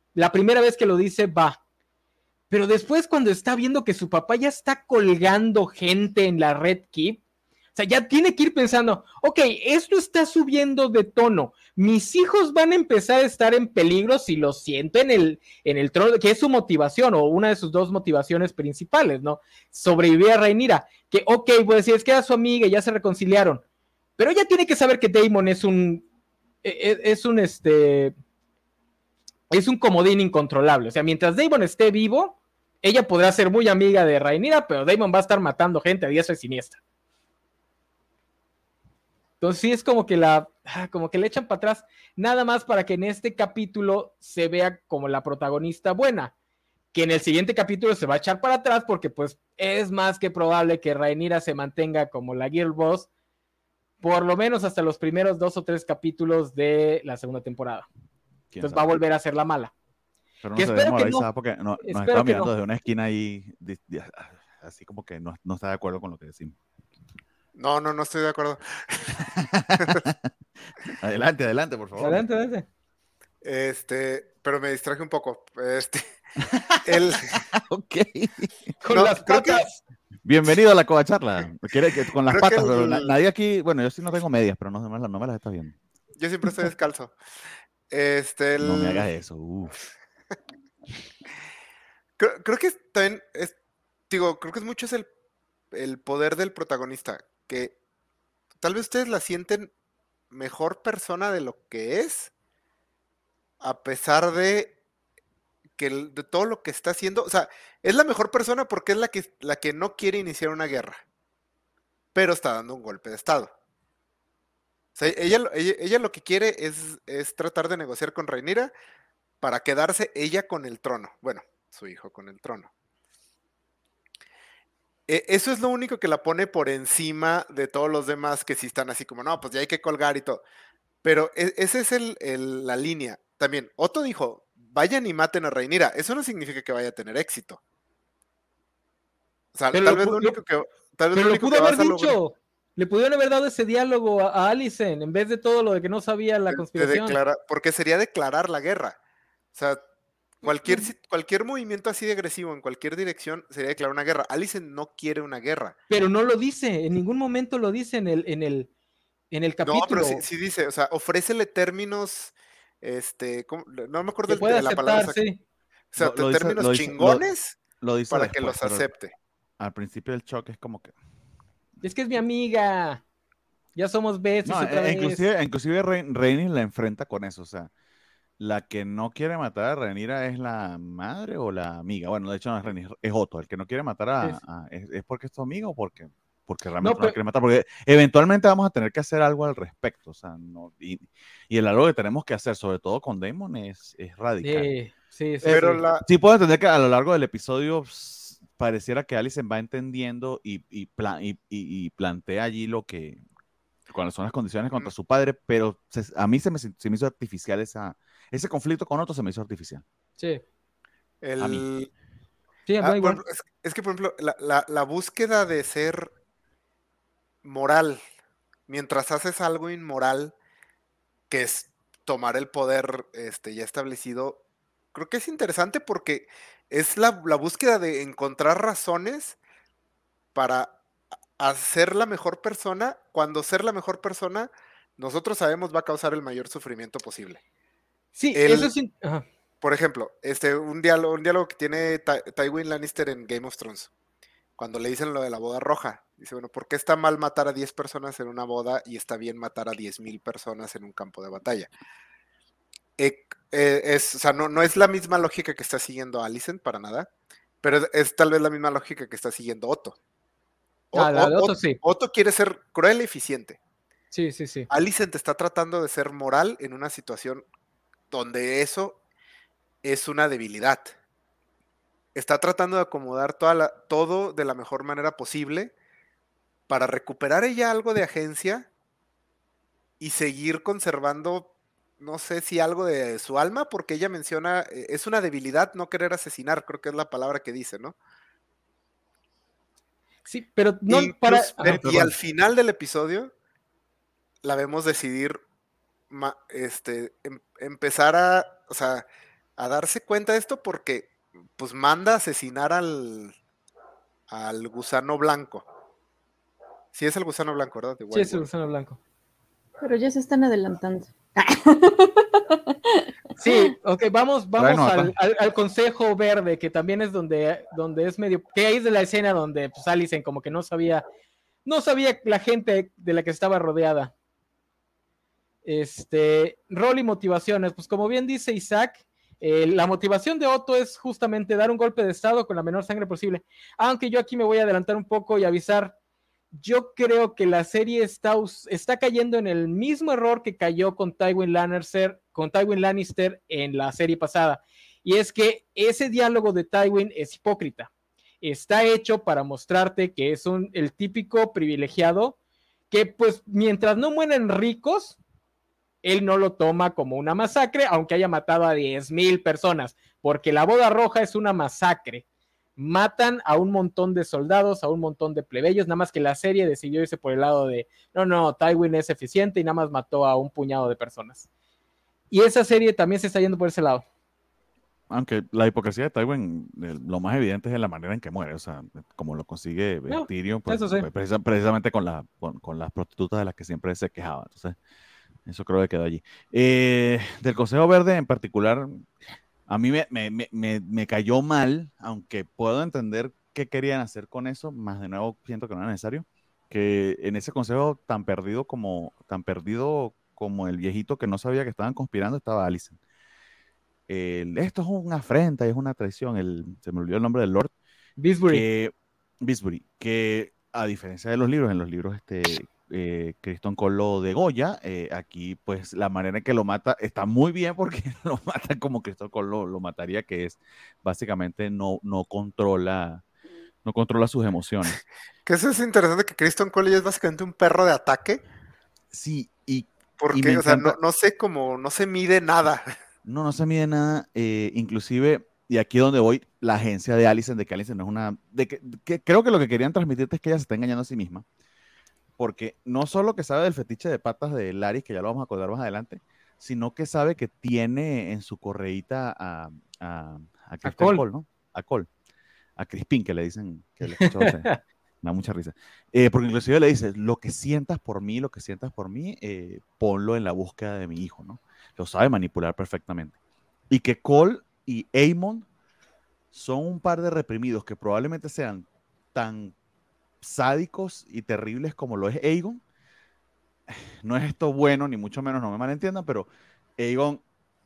La primera vez que lo dice, va. Pero después cuando está viendo que su papá ya está colgando gente en la Red Keep, o sea, ya tiene que ir pensando, ok, esto está subiendo de tono, mis hijos van a empezar a estar en peligro si lo siento en el, en el trono, que es su motivación o una de sus dos motivaciones principales, ¿no? Sobrevivir a Rhaenyra, que ok, pues si es que era su amiga y ya se reconciliaron, pero ella tiene que saber que Daemon es un, es, es un, este, es un comodín incontrolable, o sea, mientras Daemon esté vivo, ella podrá ser muy amiga de Rhaenyra, pero Daemon va a estar matando gente a diestra y siniestra. Entonces sí es como que la, como que le echan para atrás, nada más para que en este capítulo se vea como la protagonista buena, que en el siguiente capítulo se va a echar para atrás porque pues es más que probable que Rhaenyra se mantenga como la Girl Boss, por lo menos hasta los primeros dos o tres capítulos de la segunda temporada. Entonces sabe? Va a volver a ser la mala. Pero no que sabemos, que no. Porque no, nos está mirando no. desde una esquina ahí, así como que no, no está de acuerdo con lo que decimos. No, no, no estoy de acuerdo. Adelante, adelante, por favor. Adelante, adelante. Este, pero me distraje un poco. Este, el... ok. Con no, las patas. Que... Bienvenido a la Covacharla. Quiere que con las creo patas, el... pero nadie aquí, bueno, yo sí no tengo medias, pero no, no, no me las está viendo. Yo siempre estoy descalzo. Este, el... No me hagas eso. Uf. creo, creo que también es, digo, creo que es mucho es el, el poder del protagonista, que tal vez ustedes la sienten mejor persona de lo que es, a pesar de que el, de todo lo que está haciendo, o sea, es la mejor persona porque es la que, la que no quiere iniciar una guerra, pero está dando un golpe de estado. O sea, ella, ella, ella lo que quiere es, es tratar de negociar con Rhaenyra para quedarse ella con el trono, bueno, su hijo con el trono. Eso es lo único que la pone por encima de todos los demás que sí están así como, no, pues ya hay que colgar y todo. Pero esa es el, el, la línea. También, Otto dijo, vayan y maten a Rhaenyra. Eso no significa que vaya a tener éxito. O sea, pero tal vez lo único que... Tal vez pero lo, único lo pudo que haber dicho. Lograr... Le pudieron haber dado ese diálogo a, a Alicent en vez de todo lo de que no sabía la de, conspiración. De declarar, porque sería declarar la guerra. O sea... Cualquier, cualquier movimiento así de agresivo en cualquier dirección sería declarar una guerra. Alicent no quiere una guerra. Pero no lo dice, en ningún momento lo dice en el, en el, en el capítulo. No, pero sí, sí dice, o sea, ofrécele términos, este, ¿cómo? No me acuerdo de la aceptar, palabra. Sí. O sea, lo, lo términos dice, chingones lo, lo dice para después, que los acepte. Al principio del choque es como que... Es que es mi amiga. Ya somos besos no, otra vez. Inclusive, inclusive Rhaenys la enfrenta con eso, o sea... La que no quiere matar a Rhaenyra es la madre o la amiga. Bueno, de hecho no es Rhaenyra, es Otto. El que no quiere matar a... Sí. a ¿es, ¿Es porque es tu amigo o porque, porque realmente no, pero... no la quiere matar? Porque eventualmente vamos a tener que hacer algo al respecto. O sea, no, y, y el algo que tenemos que hacer, sobre todo con Daemon, es, es radical. Sí, sí, sí. Pero sí. La... sí puedo entender que a lo largo del episodio pss, pareciera que Alicent va entendiendo y, y, plan, y, y, y plantea allí lo que... cuáles son las condiciones contra su padre, pero se, a mí se me, se me hizo artificial esa... Ese conflicto con Otto se me hizo artificial. Sí. El... A mí. Sí, ah, igual. por, es, es que, por ejemplo, la, la, la búsqueda de ser moral, mientras haces algo inmoral, que es tomar el poder este, ya establecido, creo que es interesante porque es la, la búsqueda de encontrar razones para hacer la mejor persona, cuando ser la mejor persona, nosotros sabemos va a causar el mayor sufrimiento posible. Sí, el, eso sí. Ajá. Por ejemplo, este, un diálogo, un diálogo que tiene Ty Tywin Lannister en Game of Thrones, cuando le dicen lo de la boda roja. Dice, bueno, ¿por qué está mal matar a diez personas en una boda y está bien matar a diez mil personas en un campo de batalla? Eh, eh, es, o sea, no, no es la misma lógica que está siguiendo Alicent, para nada, pero es, es tal vez la misma lógica que está siguiendo Otto. O, ah, la de Otto, Otto, sí. Otto quiere ser cruel y eficiente. Sí, sí, sí. Alicent está tratando de ser moral en una situación donde eso es una debilidad. Está tratando de acomodar toda la, todo de la mejor manera posible para recuperar ella algo de agencia y seguir conservando, no sé si algo de su alma, porque ella menciona, es una debilidad no querer asesinar, creo que es la palabra que dice, ¿no? Sí, pero no Incluso, para... Ah, y al final del episodio la vemos decidir ma, este, em, empezar a, o sea, a darse cuenta de esto porque pues manda a asesinar al, al gusano blanco. Sí, es el gusano blanco, ¿verdad? De Sí, White es el Wolf. gusano blanco. Pero ya se están adelantando. Sí, ok, vamos, vamos Bueno, al, apa. al, al Consejo Verde, que también es donde, donde es medio, que ahí es de la escena donde pues Alicent como que no sabía, no sabía la gente de la que estaba rodeada. Este, rol y motivaciones, pues como bien dice Isaac, eh, la motivación de Otto es justamente dar un golpe de estado con la menor sangre posible, aunque yo aquí me voy a adelantar un poco y avisar, yo creo que la serie está, está cayendo en el mismo error que cayó con Tywin Lannister, con Tywin Lannister en la serie pasada, y es que ese diálogo de Tywin es hipócrita, está hecho para mostrarte que es un, el típico privilegiado que pues mientras no mueren ricos, él no lo toma como una masacre, aunque haya matado a diez mil personas, porque la boda roja es una masacre. Matan a un montón de soldados, a un montón de plebeyos, nada más que la serie decidió irse por el lado de, no, no, Tywin es eficiente y nada más mató a un puñado de personas. Y esa serie también se está yendo por ese lado. Aunque la hipocresía de Tywin, eh, lo más evidente es en la manera en que muere, o sea, como lo consigue eh, No, Tyrion, pues, eso sí. pues, precisa- precisamente con, la, con, con las prostitutas de las que siempre se quejaba. Entonces, eso creo que quedó allí. Eh, del Consejo Verde en particular, a mí me, me, me, me, me cayó mal, aunque puedo entender qué querían hacer con eso, más de nuevo siento que no era necesario, que en ese consejo tan perdido como, tan perdido como el viejito que no sabía que estaban conspirando estaba Alicent. El, esto es una afrenta y es una traición, el, se me olvidó el nombre del Lord, Bisbury. que Bisbury, que a diferencia de los libros, en los libros este, eh, Criston Cole lo degolla, eh, aquí pues la manera en que lo mata está muy bien porque lo mata como Criston Cole lo, lo mataría, que es básicamente no, no controla no controla sus emociones. Que eso es interesante, que Criston Cole es básicamente un perro de ataque. Sí, y, Porque, y me o sea, encanta. no, no sé cómo, no se mide nada. No, no se mide nada, eh, inclusive, y aquí donde voy, la agencia de Alicent, de que Alicent no es una, de que, que creo que lo que querían transmitirte es que ella se está engañando a sí misma, porque no solo que sabe del fetiche de patas de Larry, que ya lo vamos a acordar más adelante, sino que sabe que tiene en su correíta a, a, a Kristen Cole. Cole, ¿no? A Cole, a Crispin, que le dicen, que le escuchó, me da mucha risa. Eh, porque inclusive le dice, lo que sientas por mí, lo que sientas por mí, eh, ponlo en la búsqueda de mi hijo, ¿no? Lo sabe manipular perfectamente. Y que Cole y Aemon son un par de reprimidos que probablemente sean tan sádicos y terribles como lo es Aegon. No es esto bueno, ni mucho menos, no me malentiendan, pero Aegon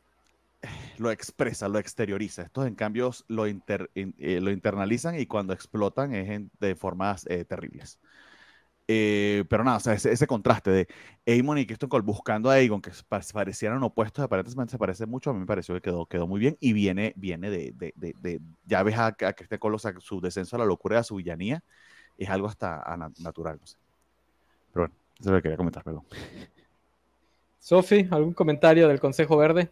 lo expresa, lo exterioriza. Estos, en cambio, lo, inter, eh, lo internalizan y cuando explotan es en, de formas eh, terribles. Eh, pero nada, o sea, ese, ese contraste de Aemon y Criston Cole buscando a Aegon, que parecieran opuestos, aparentemente se parece mucho, a mí me pareció que quedó, quedó muy bien y viene, viene de, de, de, de ya ves a, a Criston Cole, o sea, su descenso a la locura, a su villanía, es algo hasta a, natural, no sé. Pero bueno, eso es lo que quería comentar, perdón. Sofi, ¿algún comentario del Consejo Verde?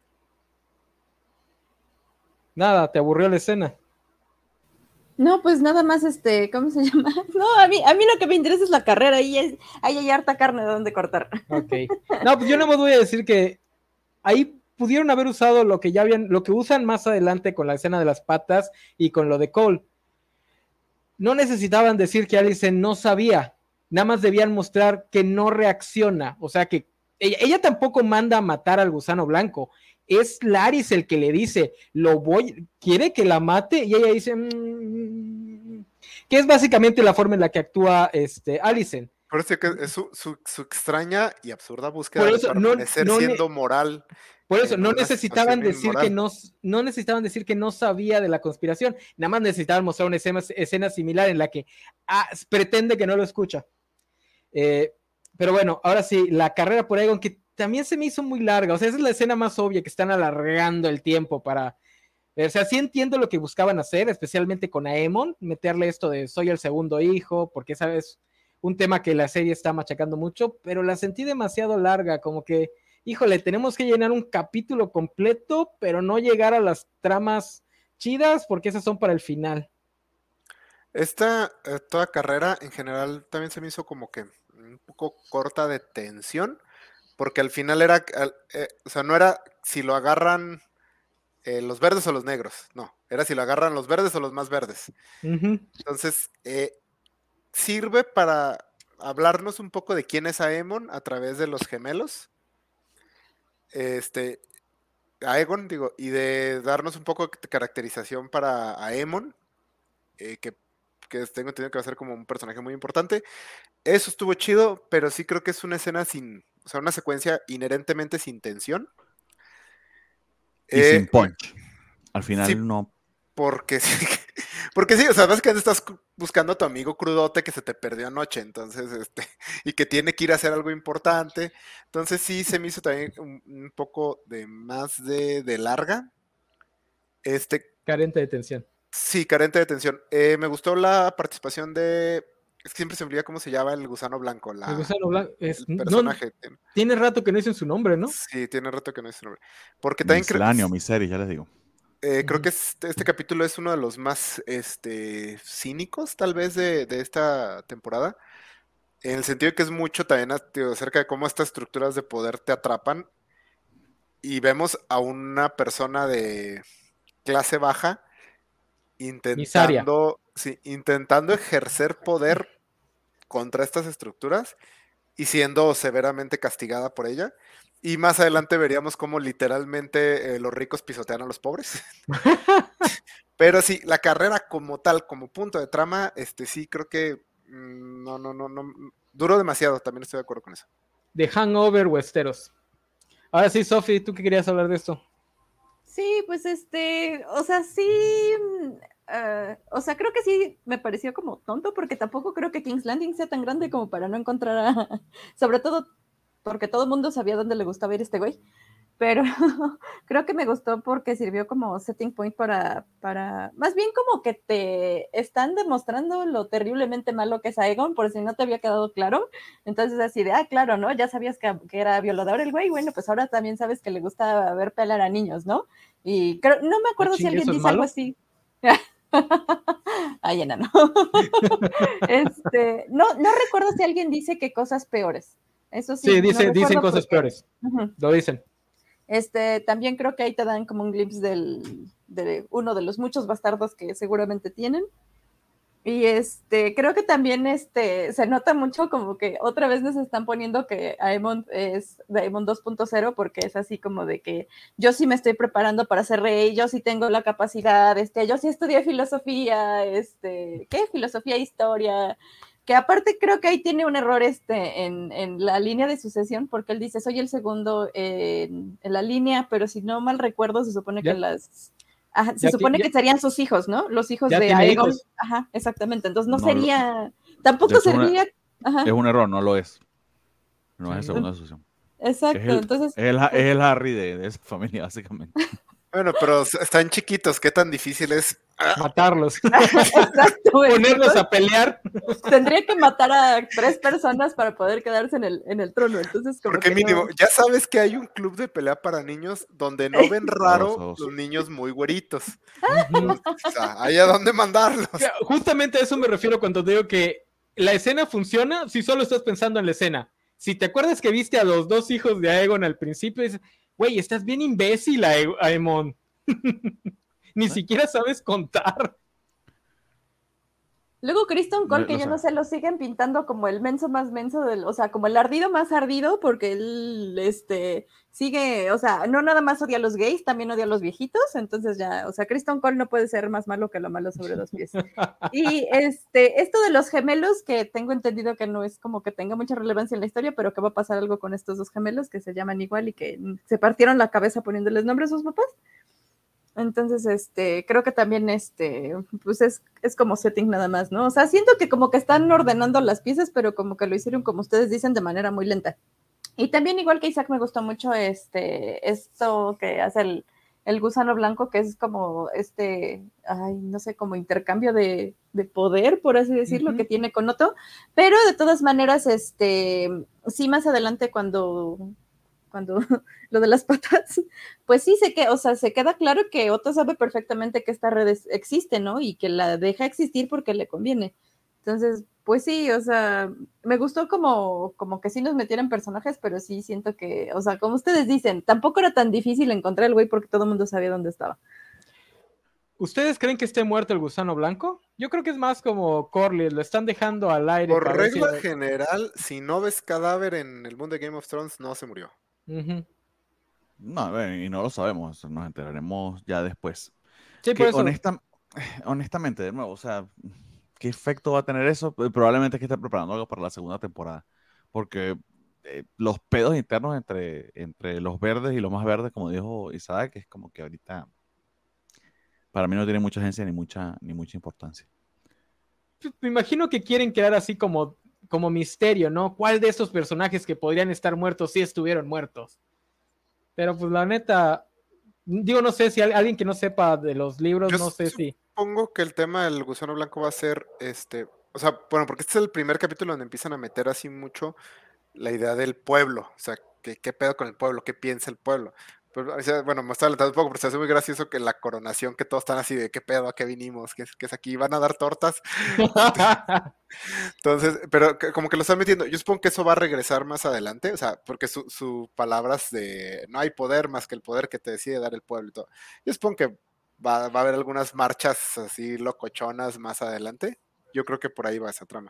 Nada, ¿te aburrió la escena? No, pues nada más, este, ¿cómo se llama? No, a mí, a mí lo que me interesa es la carrera, ahí, es, ahí hay harta carne de donde cortar. Ok. No, pues yo no me voy a decir que ahí pudieron haber usado lo que ya habían, lo que usan más adelante con la escena de las patas y con lo de Cole. No necesitaban decir que Alicent no sabía, nada más debían mostrar que no reacciona, o sea que ella, ella tampoco manda a matar al gusano blanco, es Larys el que le dice, lo voy, quiere que la mate, y ella dice, mmm, que es básicamente la forma en la que actúa este, Alicent. Por eso que es su, su, su extraña y absurda búsqueda Por eso, de no, permanecer no, siendo moral. Por eso, en no una necesitaban situación decir inmoral. que no, no necesitaban decir que no sabía de la conspiración, nada más necesitaban mostrar una escena, escena similar en la que ah, pretende que no lo escucha. Eh, pero bueno, ahora sí, la carrera por Aegon, que también se me hizo muy larga, o sea, esa es la escena más obvia, que están alargando el tiempo para... O sea, sí entiendo lo que buscaban hacer, especialmente con Aemon, meterle esto de soy el segundo hijo, porque sabes, un tema que la serie está machacando mucho, pero la sentí demasiado larga, como que híjole, tenemos que llenar un capítulo completo, pero no llegar a las tramas chidas, porque esas son para el final. Esta, eh, toda carrera en general también se me hizo como que un poco corta de tensión, porque al final era, al, eh, o sea, no era si lo agarran eh, los verdes o los negros. No, era si lo agarran los verdes o los más verdes. Ujú. Entonces, eh, sirve para hablarnos un poco de quién es Aemon a través de los gemelos. Este, Aegon, digo, y de darnos un poco de caracterización para Aemon, eh, que, que tengo entendido que va a ser como un personaje muy importante. Eso estuvo chido, pero sí creo que es una escena sin, o sea, una secuencia inherentemente sin tensión. Y Eh, sin punch. Al final sí, no. porque sí, porque sí, o sea, básicamente estás buscando a tu amigo crudote que se te perdió anoche, entonces, este, y que tiene que ir a hacer algo importante. Entonces sí se me hizo también un, un poco de más de, de larga. Este, Carente de tensión. sí, carente de tensión. Eh, me gustó la participación de, es que siempre se me olvida cómo se llama el gusano blanco, la, El gusano blanco es, el no, personaje. tiene rato que no dicen su nombre, ¿no? Sí, tiene rato que no es su nombre. Porque también creo, Misceláneo, miseria, ya les digo. eh, creo Ujú. que este, este capítulo es uno de los más este, cínicos, tal vez, de, de esta temporada. En el sentido de que es mucho también a- tío, acerca de cómo estas estructuras de poder te atrapan. Y vemos a una persona de clase baja Misaria. intentando, sí, intentando ejercer poder contra estas estructuras y siendo severamente castigada por ella. Y más adelante veríamos cómo literalmente eh, los ricos pisotean a los pobres. Pero sí, la carrera como tal, como punto de trama, este sí creo que mm, no, no, no, no, duró demasiado, también estoy de acuerdo con eso. De Hangover Westeros. Ahora sí, Sofi, ¿tú qué querías hablar de esto? Sí, pues este, o sea, sí, uh, o sea, creo que sí me pareció como tonto porque tampoco creo que King's Landing sea tan grande como para no encontrar a, sobre todo porque todo el mundo sabía dónde le gustaba ir este güey, pero creo que me gustó porque sirvió como setting point para, para, más bien como que te están demostrando lo terriblemente malo que es Aegon, por si no te había quedado claro. Entonces así de, ah, claro, ¿no? Ya sabías que, que era violador el güey, bueno, pues ahora también sabes que le gusta ver pelar a niños, ¿no? Y creo, no me acuerdo Ah, si chingue, alguien ¿eso es dice algo malo? así. Ay, enano. este, no, no recuerdo si alguien dice que cosas peores. Eso sí, Sí, no dice, dicen recuerdo cosas porque... peores. Uh-huh. Lo dicen. Este, también creo que ahí te dan como un glimpse del, de uno de los muchos bastardos que seguramente tienen. Y este, creo que también este, se nota mucho como que otra vez nos están poniendo que Aemon es Aemon dos punto cero porque es así como de que yo sí me estoy preparando para ser rey, yo sí tengo la capacidad, este, yo sí estudié filosofía, este, ¿qué? Filosofía e historia, que aparte creo que ahí tiene un error este, en, en la línea de sucesión porque él dice soy el segundo en, en la línea, pero si no mal recuerdo se supone que Ya, las... Ajá, se ya, supone ya, que serían sus hijos, ¿no? Los hijos ya de tiene Aegon. hijos. Ajá, exactamente. Entonces no No lo- sería, de tampoco hecho, una- sería, ajá, es un error, no lo es. No es el Sí. segundo de sucesión. Es exacto. el, Entonces, es el, es pues, el Harry de, de esa familia, básicamente. Bueno, pero s- están chiquitos, ¿qué tan difícil es? Ah, Matarlos. exacto. el Ponerlos punto a pelear. tendría que matar a tres personas para poder quedarse en el, en el trono. Entonces, como porque que mínimo, no. ya sabes que hay un club de pelea para niños donde no ven Dos, raro dos. los niños muy güeritos. Ujú. Entonces, o sea, ¿hay a dónde mandarlos? Justamente a eso me refiero cuando digo que la escena funciona si solo estás pensando en la escena. Si te acuerdas que viste a los dos hijos de Aegon al principio, dices, güey, estás bien imbécil, Ae- Aemon. Ni ¿Eh? siquiera sabes contar. Luego Criston Cole, Lo, que lo yo no sabe. sé, lo siguen pintando como el menso más menso del, o sea, como el ardido más ardido, porque él, este, sigue, o sea, no nada más odia a los gays, también odia a los viejitos, entonces ya, o sea, Criston Cole no puede ser más malo que lo malo sobre dos pies. Y este, esto de los gemelos, que tengo entendido que no es como que tenga mucha relevancia en la historia, pero que va a pasar algo con estos dos gemelos que se llaman igual y que se partieron la cabeza poniéndoles nombres a sus papás. Entonces, este, creo que también, este, pues es, es como setting nada más, ¿no? O sea, siento que como que están ordenando las piezas, pero como que lo hicieron, como ustedes dicen, de manera muy lenta. Y también, igual que Isaac, me gustó mucho este, esto que hace el, el gusano blanco, que es como este, ay, no sé, como intercambio de, de poder, por así decirlo, Ujú. que tiene con Otto. Pero de todas maneras, este, sí, más adelante cuando cuando lo de las patas, pues sí se que, o sea, se queda claro que Otto sabe perfectamente que esta red es, existe, ¿no? Y que la deja existir porque le conviene. Entonces, pues sí, o sea, me gustó como, como que sí nos metieran personajes, pero sí siento que, o sea, como ustedes dicen, tampoco era tan difícil encontrar el güey porque todo el mundo sabía dónde estaba. ¿Ustedes creen que esté muerto el gusano blanco? Yo creo que es más como Corley, lo están dejando al aire Por para ver si... regla general, si no ves cadáver en el mundo de Game of Thrones, no se murió. Ujú. No, eh, y no lo sabemos, nos enteraremos ya después. Sí, por Que eso. honesta, honestamente, de nuevo, o sea, ¿qué efecto va a tener eso? Eh, Probablemente es que esté preparando algo para la segunda temporada. Porque eh, los pedos internos entre, entre los verdes y los más verdes, como dijo Isaac, es como que ahorita para mí no tiene mucha agencia ni mucha, ni mucha importancia. Me imagino que quieren crear así como, como misterio, ¿no? ¿Cuál de estos personajes que podrían estar muertos sí estuvieron muertos? Pero pues la neta, digo, no sé si hay alguien que no sepa de los libros, Yo no sé si... supongo que el tema del gusano blanco va a ser, este, o sea, bueno, porque este es el primer capítulo donde empiezan a meter así mucho la idea del pueblo, o sea, ¿qué, qué pedo con el pueblo? ¿Qué piensa el pueblo? Pues, o sea, bueno, me está adelantando un poco, pero se hace muy gracioso que la coronación, que todos están así de qué pedo, a qué vinimos, qué, es- qué es aquí, van a dar tortas. Entonces, pero que- como que lo están metiendo. Yo supongo que eso va a regresar más adelante, o sea, porque su, su palabras de no hay poder más que el poder que te decide dar el pueblo y todo. Yo supongo que va, va a haber algunas marchas así locochonas más adelante. Yo creo que por ahí va esa trama.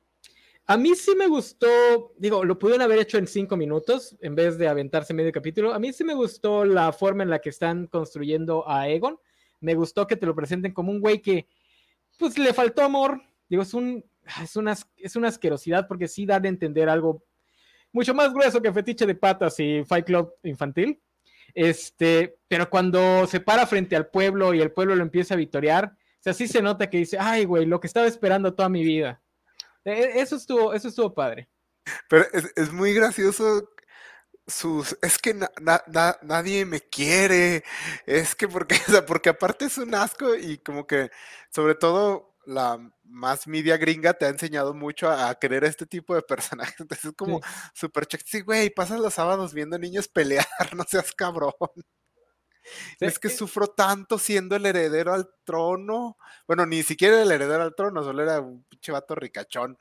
A mí sí me gustó, digo, lo pudieron haber hecho en cinco minutos en vez de aventarse medio capítulo. A mí sí me gustó la forma en la que están construyendo a Aegon. Me gustó que te lo presenten como un güey que, pues, le faltó amor. Digo, es un, es una, es una asquerosidad porque sí da de entender algo mucho más grueso que Fetiche de Patas y Fight Club infantil. Este, pero cuando se para frente al pueblo y el pueblo lo empieza a victoriar, o sea, sí se nota que dice, ay, güey, lo que estaba esperando toda mi vida. Eso estuvo, eso estuvo padre. Pero es, es muy gracioso sus, es que na- na- na- nadie me quiere, es que porque, o sea, porque aparte es un asco y como que, sobre todo la más media gringa te ha enseñado mucho a, a querer a este tipo de personajes, entonces es como Sí. súper check, sí, güey, pasas los sábados viendo niños pelear, no seas cabrón, Sí, es que eh, sufro tanto siendo el heredero al trono, bueno, ni siquiera el heredero al trono, solo era un pinche vato ricachón.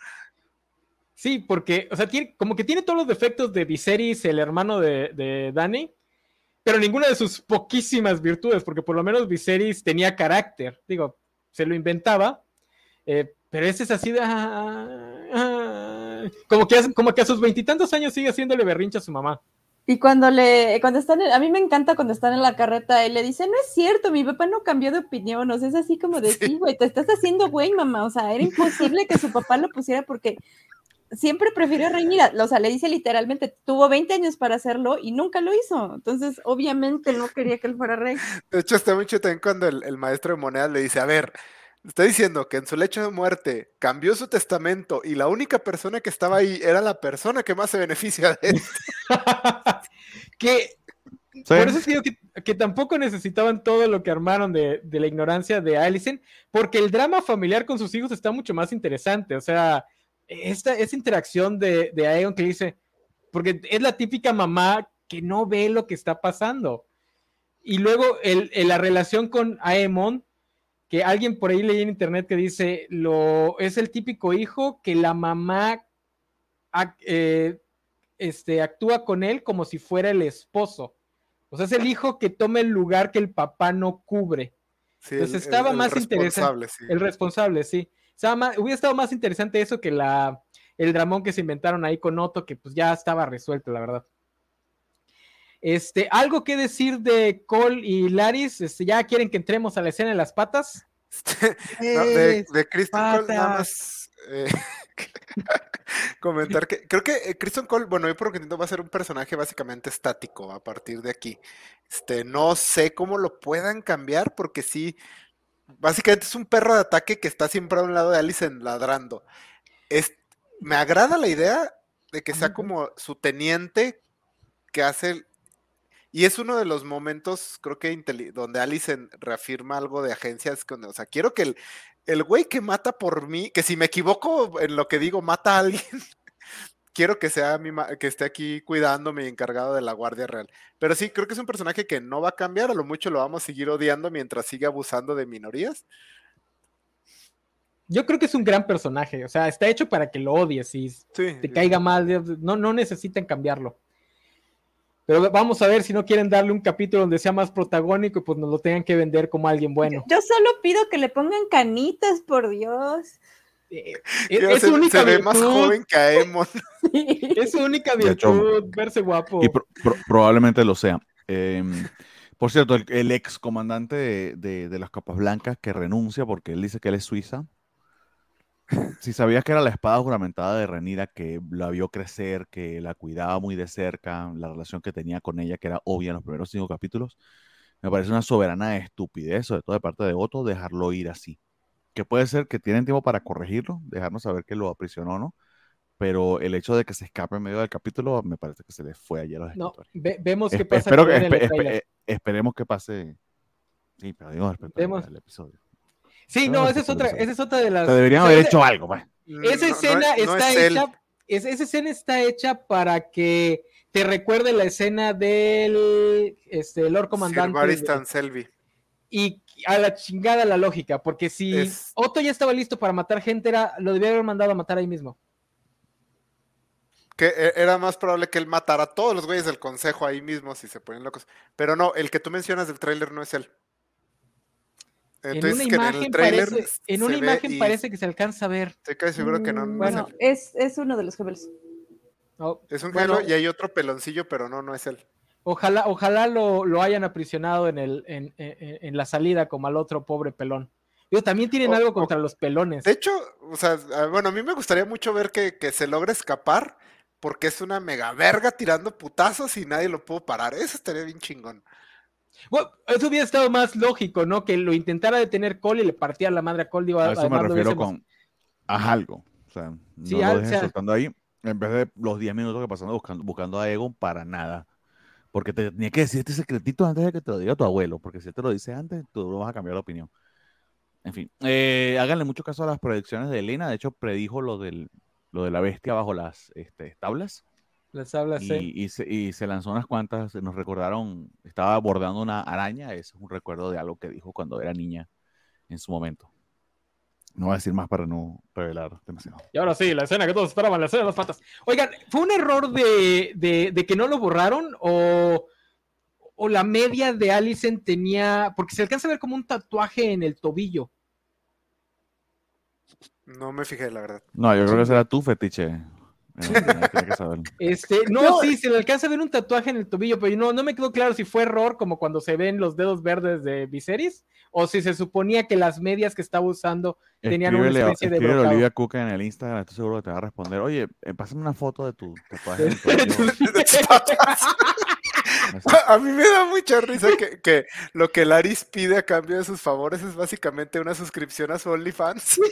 sí, porque, o sea, tiene, como que tiene todos los defectos de Viserys, el hermano de, de Dany, pero ninguna de sus poquísimas virtudes, porque por lo menos Viserys tenía carácter, digo, se lo inventaba, eh, pero ese es así de... ah, ah, como, que, hace- como que a sus veintitantos años sigue haciéndole berrinche a su mamá. Y cuando le, cuando están, en- a mí me encanta cuando están en la carreta y le dice, no es cierto, mi papá no cambió de opinión, o sea, es así como de, sí, Sí. güey, te estás haciendo güey, mamá, o sea, era imposible que su papá lo pusiera porque siempre prefirió a Rhaenyra, o sea, le dice literalmente, tuvo veinte años para hacerlo y nunca lo hizo, entonces obviamente no quería que él fuera rey. De hecho, está mucho también cuando el, el maestro de monedas le dice, a ver, está diciendo que en su lecho de muerte cambió su testamento y la única persona que estaba ahí era la persona que más se beneficia de esto. que Sí. por eso digo que, que tampoco necesitaban todo lo que armaron de, de la ignorancia de Alicent, porque el drama familiar con sus hijos está mucho más interesante. O sea, esta, esta interacción de, de Aegon que dice, porque es la típica mamá que no ve lo que está pasando. Y luego el, el, la relación con Aemon, que alguien por ahí leí en internet que dice, lo, es el típico hijo que la mamá eh, este, actúa con él como si fuera el esposo. O sea, es el hijo que toma el lugar que el papá no cubre. Sí, Entonces el, el- estaba el más interesante. responsable, sí. El responsable, sí. Estaba más, hubiera estado más interesante eso que la, el dramón que se inventaron ahí con Otto, que pues ya estaba resuelto, la verdad. Este, algo que decir de Cole y Laris, este, ya quieren que entremos a la escena de las patas. No, de, Es de Kristen Cole, nada patas. más eh, comentar que creo que eh, Kristen Cole, bueno, yo por lo que entiendo va a ser un personaje básicamente estático a partir de aquí. Este, no sé cómo lo puedan cambiar porque sí, básicamente es un perro de ataque que está siempre a un lado de Alicent ladrando. Es, me agrada la idea de que sea como su teniente que hace el- y es uno de los momentos, creo que inteli- donde Alicent reafirma algo de agencias, con, o sea, quiero que el, el güey que mata por mí, que si me equivoco en lo que digo, mata a alguien, quiero que sea mi ma- que esté aquí cuidándome y encargado de la Guardia Real. Pero sí, creo que es un personaje que no va a cambiar, a lo mucho lo vamos a seguir odiando mientras siga abusando de minorías. Yo creo que es un gran personaje, o sea, está hecho para que lo odies y Sí, te sí, caiga sí. mal, no, no necesitan cambiarlo. Pero vamos a ver si no quieren darle un capítulo donde sea más protagónico y pues nos lo tengan que vender como alguien bueno. Yo solo pido que le pongan canitas, por Dios. Eh, Que es su se, única se ve virtud, más joven que Aemon. es su única De hecho, virtud, verse guapo. Y pro- pro- probablemente lo sea. Eh, por cierto, el, el ex comandante de, de- de las Capas Blancas que renuncia porque él dice que él es suiza. Si sabías que era la espada juramentada de Rhaenyra, que la vio crecer, que la cuidaba muy de cerca, la relación que tenía con ella, que era obvia en los primeros cinco capítulos, me parece una soberana estupidez, sobre todo de parte de Otto, dejarlo ir así. Que puede ser que tienen tiempo para corregirlo, dejarnos saber que lo aprisionó o no, pero el hecho de que se escape en medio del capítulo me parece que se les fue ayer a los No, escritores. ve- vemos qué Espe- pasa espero con que, él en el espe- tráiler. espe- esperemos que pase. Sí, pero digo respecto Vemos. al episodio. Sí, No, no, no, esa es respecto al otra, episodio. esa es otra de las. O sea, deberían o sea, haber esa- hecho algo, pues. Esa No- escena no, no está es él. hecha, es- esa escena está hecha para que te recuerde la escena del este, Lord Sir Comandante Barristan de- Selby. y a la chingada la lógica, porque si Es- Otto ya estaba listo para matar gente, era, lo debía haber mandado a matar ahí mismo. Que e- era más probable que él matara a todos los güeyes del consejo ahí mismo si se ponen locos. Pero no, el que tú mencionas del tráiler no es él. Entonces, en que una en el imagen, tráiler parece, en se una ve imagen y parece que se alcanza a ver. estoy casi seguro que no, no Bueno. No, es, es uno de los gemelos. Oh, es un bueno, gelo y hay otro peloncillo, pero no, no es él. Ojalá, ojalá lo, lo hayan aprisionado en, el, en, en, en la salida como al otro pobre pelón. Digo, también tienen O- algo o- contra los pelones. De hecho, o sea, a- bueno, a mí me gustaría mucho ver que, que se logre escapar porque es una mega verga tirando putazos y nadie lo pudo parar. Eso estaría bien chingón. Bueno, eso hubiera estado más lógico, ¿no? Que lo intentara detener Cole y le partiera la madre a Cole. Digo, A eso me además lo refiero hubiésemos- con haz algo. O sea, no Sí, lo al- dejes o sea- soltando ahí. En vez de los diez minutos que pasando buscando, buscando a Egon para nada. Porque te tenía que decir este secretito antes de que te lo diga tu abuelo. Porque si él te lo dice antes, tú no vas a cambiar de opinión. En fin, eh, háganle mucho caso a las predicciones de Elena. De hecho, predijo lo, del, lo de la bestia bajo las este, tablas. Les habla Y, sí. y, se, y se lanzó unas cuantas. Nos recordaron, estaba abordando una araña. Ese es un recuerdo de algo que dijo cuando era niña en su momento. No voy a decir más para no revelar demasiado. Y ahora sí, la escena que todos esperaban, la escena de las patas. Oigan, ¿fue un error de, de, de que no lo borraron o, o la media de Alicent tenía, porque se alcanza a ver como un tatuaje en el tobillo? No me fijé, la verdad. No, yo creo que ese era tu fetiche. Eh, tenía, tenía que saberlo. Este, no, No. sí, se le alcanza a ver un tatuaje en el tobillo, pero no, no me quedó claro si fue error, como cuando se ven los dedos verdes de Viserys, o si se suponía que las medias que estaba usando tenían una Escríbele, a- especie de escríbele a brocado. Olivia Cook en el Instagram, estoy seguro que te va a responder. Oye, eh, pásame una foto de tu tatuaje. en el tobillo". Así. A mí me da mucha risa que, que lo que Laris pide a cambio de sus favores es básicamente una suscripción a su OnlyFans.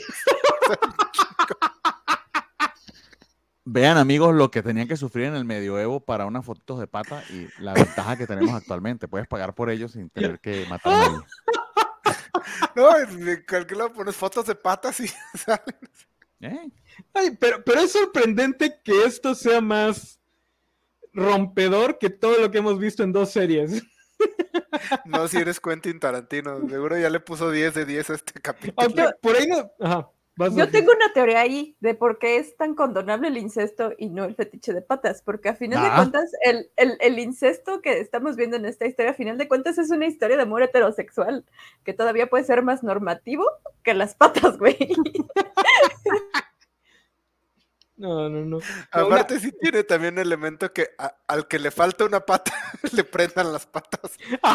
Vean, amigos, lo que tenían que sufrir en el medioevo para unas fotitos de pata y la ventaja que tenemos actualmente. Puedes pagar por ellos sin tener que matar a nadie. No, en cualquier lado pones fotos de patas y salen. ¿Eh? Ay, pero, pero es sorprendente que esto sea más rompedor que todo lo que hemos visto en dos series. No, si eres Quentin Tarantino, seguro ya le puso diez de diez a este capítulo. Aunque por ahí no. Ajá, vas, Yo Sofi. tengo una teoría ahí de por qué es tan condonable el incesto y no el fetiche de patas, porque a final de Ah. cuentas el, el, el incesto que estamos viendo en esta historia, a final de cuentas es una historia de amor heterosexual, que todavía puede ser más normativo que las patas, güey. No, no, no. Aparte sí tiene también un elemento que a- al que le falta una pata, le prendan las patas.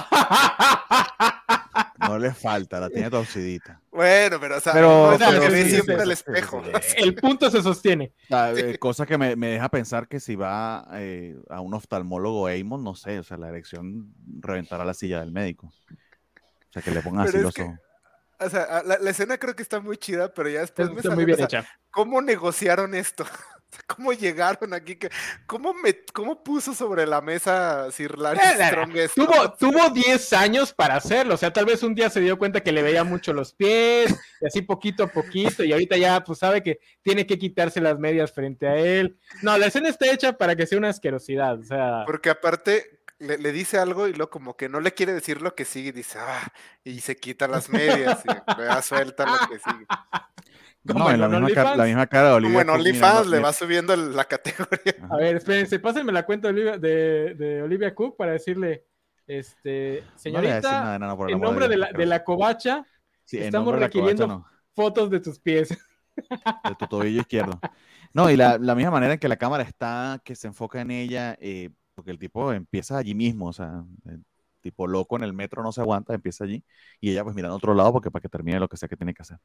No le falta, la tiene torcidita. Bueno, pero o sea, Pero- no es pero porque sí, ve sí, siempre sí, el sí, espejo. sí, sí. El punto se sostiene. O sea, eh, cosa que me, me deja pensar que si va eh, a un oftalmólogo Amon, no sé, o sea, la erección reventará la silla del médico. O sea, que le pongan Pero así es los que- ojos. O sea, la, la escena creo que está muy chida, pero ya después me Está salió, muy bien o sea, hecha. ¿cómo negociaron esto? ¿Cómo llegaron aquí? ¿Qué- ¿Cómo, me, ¿Cómo puso sobre la mesa Sir Larry Eh, eh, Strong esto? Tuvo, tuvo diez años para hacerlo, o sea, tal vez un día se dio cuenta que le veía mucho los pies, y así poquito a poquito, y ahorita ya pues sabe que tiene que quitarse las medias frente a él. No, la escena está hecha para que sea una asquerosidad, o sea, Porque aparte le, le dice algo y luego como que no le quiere decir lo que sigue y dice, ah, y se quita las medias y le da suelta lo que sigue. No, en la misma, ca- la misma cara de Olivia. Bueno, Cook OnlyFans mirando- le va subiendo la categoría. A ver, espérense, pásenme la cuenta de Olivia, de, de Olivia Cook para decirle, este, No le voy a decir señorita, nada, no, no, por el en amor nombre de la, Dios, de la covacha, sí, en estamos nombre de la requiriendo covacha, no, fotos de tus pies. de tu tobillo izquierdo. No, y la, la misma manera en que la cámara está, que se enfoca en ella, eh, porque el tipo empieza allí mismo, o sea, el tipo loco en el metro no se aguanta, empieza allí, y ella pues mirando a otro lado porque para que termine lo que sea que tiene que hacer.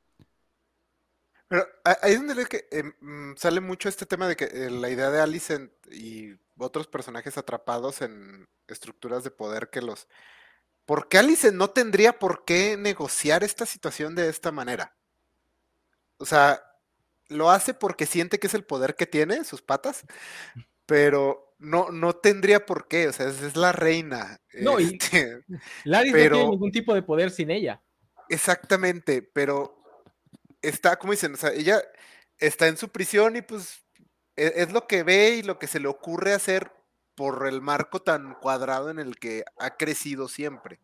Pero a- ahí es donde leo que eh, mm, sale mucho este tema de que eh, la idea de Alicent y otros personajes atrapados en estructuras de poder que los... ¿Por qué Alicent no tendría por qué negociar esta situación de esta manera? O sea, lo hace porque siente que es el poder que tiene, sus patas, pero no, no tendría por qué, o sea, es, es la reina. No, y este, Laris no tiene pero ningún tipo de poder sin ella. exactamente, pero está, como dicen, o sea, ella está en su prisión y pues e- es lo que ve y lo que se le ocurre hacer por el marco tan cuadrado en el que ha crecido siempre.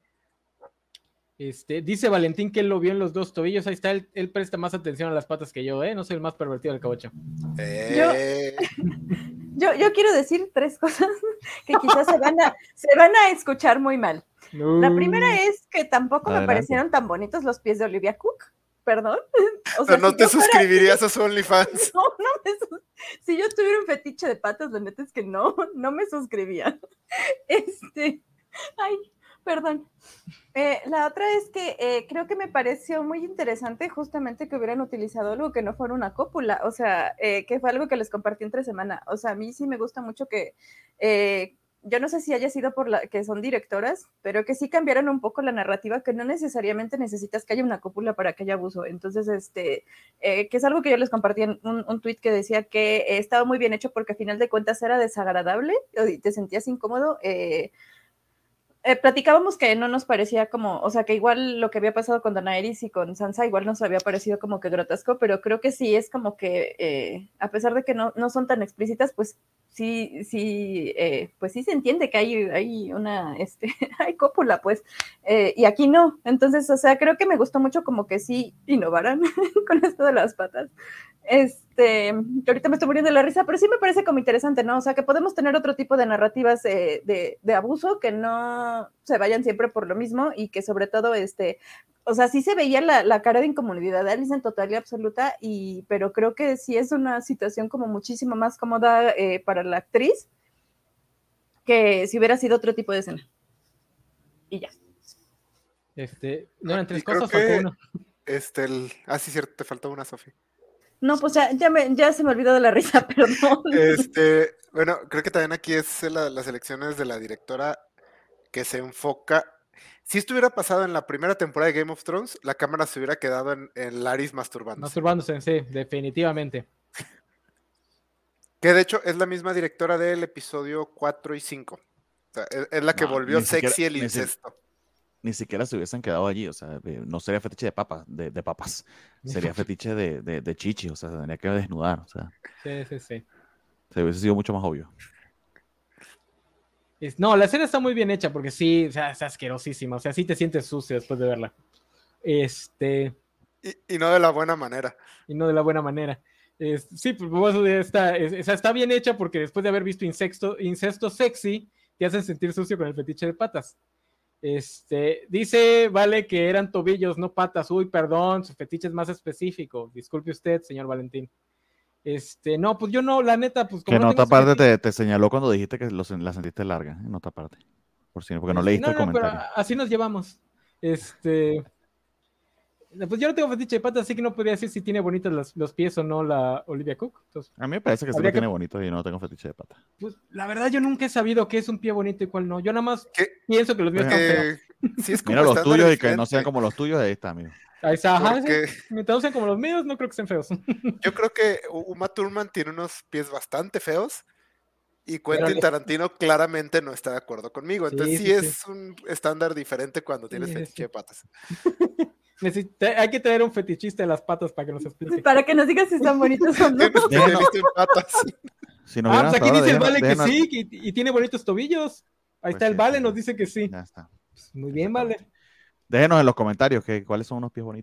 Este, dice Valentín que él lo vio en los dos tobillos. Ahí está, él, él presta más atención a las patas que yo, ¿eh? No soy el más pervertido del cabocho. Eh, Yo, yo quiero decir tres cosas que quizás se van a, se van a escuchar muy mal. No. La primera es que tampoco me Adelante. parecieron tan bonitos los pies de Olivia Cook. Perdón. O o sea, no si te yo fuera- suscribirías a su OnlyFans. No, no me sus- si yo tuviera un fetiche de patas, la neta es que no, no me suscribía. Este, ay, perdón. Eh, la otra es que eh, creo que me pareció muy interesante justamente que hubieran utilizado algo que no fuera una cópula, o sea, eh, que fue algo que les compartí entre semana. O sea, a mí sí me gusta mucho que, eh, yo no sé si haya sido por la que son directoras, pero que sí cambiaron un poco la narrativa, que no necesariamente necesitas que haya una cópula para que haya abuso. Entonces, este, eh, que es algo que yo les compartí en un, un tweet que decía que eh, estaba muy bien hecho porque a final de cuentas era desagradable y te sentías incómodo. Eh, eh, platicábamos que no nos parecía como, o sea, que igual lo que había pasado con Daenerys y con Sansa igual nos había parecido como que grotesco, pero creo que sí es como que, eh, a pesar de que no, no son tan explícitas, pues sí, sí, eh, pues sí se entiende que hay, hay una, este, hay cópula, pues, eh, y aquí no. Entonces, o sea, creo que me gustó mucho como que sí innovaran con esto de las patas. Este, que ahorita me estoy muriendo de la risa, pero sí me parece como interesante, ¿no? O sea, que podemos tener otro tipo de narrativas eh, de, de abuso que no se vayan siempre por lo mismo y que sobre todo, este, o sea, sí se veía la, la cara de incomodidad de Alice en total y absoluta, y, pero creo que sí es una situación como muchísimo más cómoda eh, para la actriz que si hubiera sido otro tipo de escena. Y ya. Este, no eran tres Y creo cosas, que- faltó una. Este, el... Ah, sí, cierto, te faltó una, Sofía. No, pues ya, ya, me, ya se me olvidó de la risa, perdón. Este, bueno, creo que también aquí es la- las elecciones de la directora que se enfoca. Si estuviera pasado en la primera temporada de Game of Thrones, la cámara se hubiera quedado en, en Laris masturbándose. Masturbándose, sí, definitivamente. Que de hecho es la misma directora del episodio cuatro y cinco. O sea, es, es la que No, volvió ni siquiera- sexy el ni si- incesto. Ni siquiera se hubiesen quedado allí, o sea, eh, no sería fetiche de papas, de, de papas, sería fetiche de, de, de chichi, o sea, se tendría que desnudar, o sea, Sí, sí, sí. se hubiese sido mucho más obvio. Es- no, la escena está muy bien hecha porque sí, o sea, es asquerosísima. O sea, sí te sientes sucio después de verla. Este, Y, y no de la buena manera. y no de la buena manera. Es- sí, pues por eso está, es- o sea, está bien hecha porque después de haber visto incesto, incesto sexy, te hacen sentir sucio con el fetiche de patas. Este, dice, vale, que eran tobillos, no patas. Uy, perdón, su fetiche es más específico. Disculpe usted, señor Valentín. Este, no, pues yo no, la neta, pues como Que en no otra tengo ese parte fetiche- te, te señaló cuando dijiste que lo sen- la sentiste larga, en otra parte, por si, porque no Este, leíste el no, no, pero comentario. así nos llevamos. Este, pues yo no tengo fetiche de patas, así que no podría decir si tiene bonitos los, los pies o no la Olivia Cook. Entonces, A mí me parece que sí habría lo que- tiene bonito y no tengo fetiche de pata. pues la verdad yo nunca he sabido qué es un pie bonito y cuál no. Yo nada más Que, pienso que los míos están feos. que sí es como Mira los estándar tuyos y que no diferente, sean como los tuyos, ahí está, amigo. Ahí está, ajá, porque sí. Mientras no sean como los míos, no creo que sean feos. yo creo que Uma Thurman tiene unos pies bastante feos y Quentin le- Tarantino claramente no está de acuerdo conmigo. Sí, Entonces sí, sí, sí. es un estándar diferente cuando tienes Sí, sí, fetiche sí. de patas. Necesita- hay que tener un fetichista de las patas para que nos explique. Para que nos digas si están bonitos o no. Tienes especialista en patas. Si nos Ah, vieran pues hasta aquí ahora, dice el déjenos- Vale que déjenos- sí, que- y tiene bonitos tobillos. Ahí Pues está el sí, Vale, sí, nos sí. dice que sí. Ya está. Pues muy bien, Vale. Déjenos en los comentarios que, cuáles son unos pies bonitos.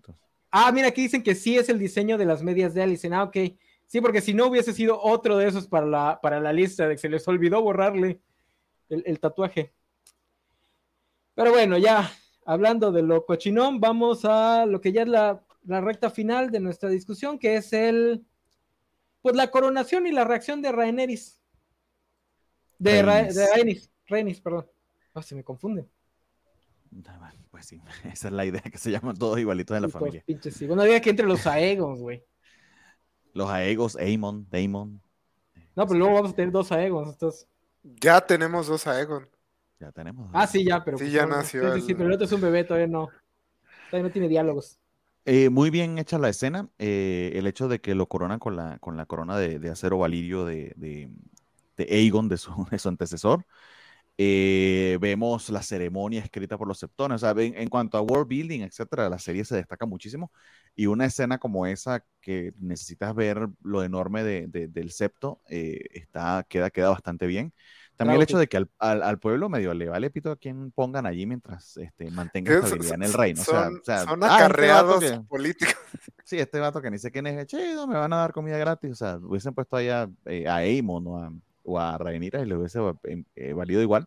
Ah, mira, aquí dicen que sí es el diseño de las medias de Alicent. Ah, ok. Sí, porque si no hubiese sido otro de esos para la, para la lista, de que se les olvidó borrarle el, el tatuaje. Pero bueno, ya hablando de lo cochinón, vamos a lo que ya es la, la recta final de nuestra discusión, que es el, pues la coronación y la reacción de Rhaenerys. De Rhaenys, de Rhaenys, Rhaenys, perdón. Oh, se me confunde. Pues sí, esa es la idea, que se llaman todos igualitos de la Y familia. Pinches, sí. Bueno, diga que entre los Aegons, güey. Los Aegos, Aemon, Daemon. No, pero luego vamos a tener dos Aegons, entonces. Ya tenemos dos Aegon. Ya tenemos. Ah, sí, ya, pero. Sí, pues, ya no, nació. Sí, sí, sí, el... pero el otro es un bebé, todavía no. Todavía no tiene diálogos. Eh, muy bien hecha la escena. Eh, el hecho de que lo coronan con la, con la corona de, de acero valirio de, de, de Aegon, de su, de su antecesor. Eh, vemos la ceremonia escrita por los septones. O sea, en, en cuanto a world building, etcétera, la serie se destaca muchísimo. Y una escena como esa, que necesitas ver lo enorme de, de, del septo, eh, está, queda, queda bastante bien. También Bravo, el hecho sí. de que al, al, al pueblo medio le vale pito a quien pongan allí mientras este, mantenga Son, estabilidad en el reino. O sea, son, o sea son ah, este vato acarreados que, políticos. sí, este vato que ni sé quién es, chido, me van a dar comida gratis. O sea, hubiesen puesto allá eh, a Aemon o a, o a Rhaenyra y le hubiese eh, eh, valido igual.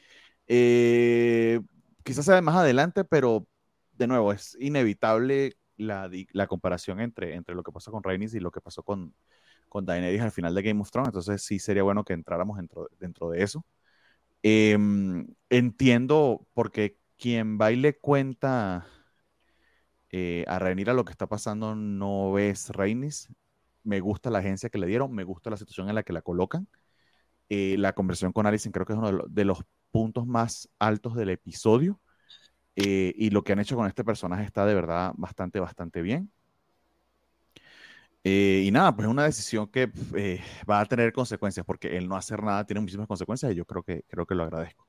Eh, quizás sea más adelante, pero de nuevo, es inevitable la, la comparación entre, entre lo que pasó con Rhaenys y lo que pasó con, con Daenerys al final de Game of Thrones. Entonces sí sería bueno que entráramos dentro, dentro de eso. Eh, entiendo porque quien va y le cuenta eh, a Rhaenyra lo que está pasando no es Rhaenys. Me gusta la agencia que le dieron, me gusta la situación en la que la colocan. Eh, la conversación con Alicent creo que es uno de los, de los puntos más altos del episodio. Eh, y lo que han hecho con este personaje está de verdad bastante, bastante bien. Eh, y nada, pues es una decisión que eh, va a tener consecuencias, porque el no hacer nada tiene muchísimas consecuencias y yo creo que, creo que lo agradezco.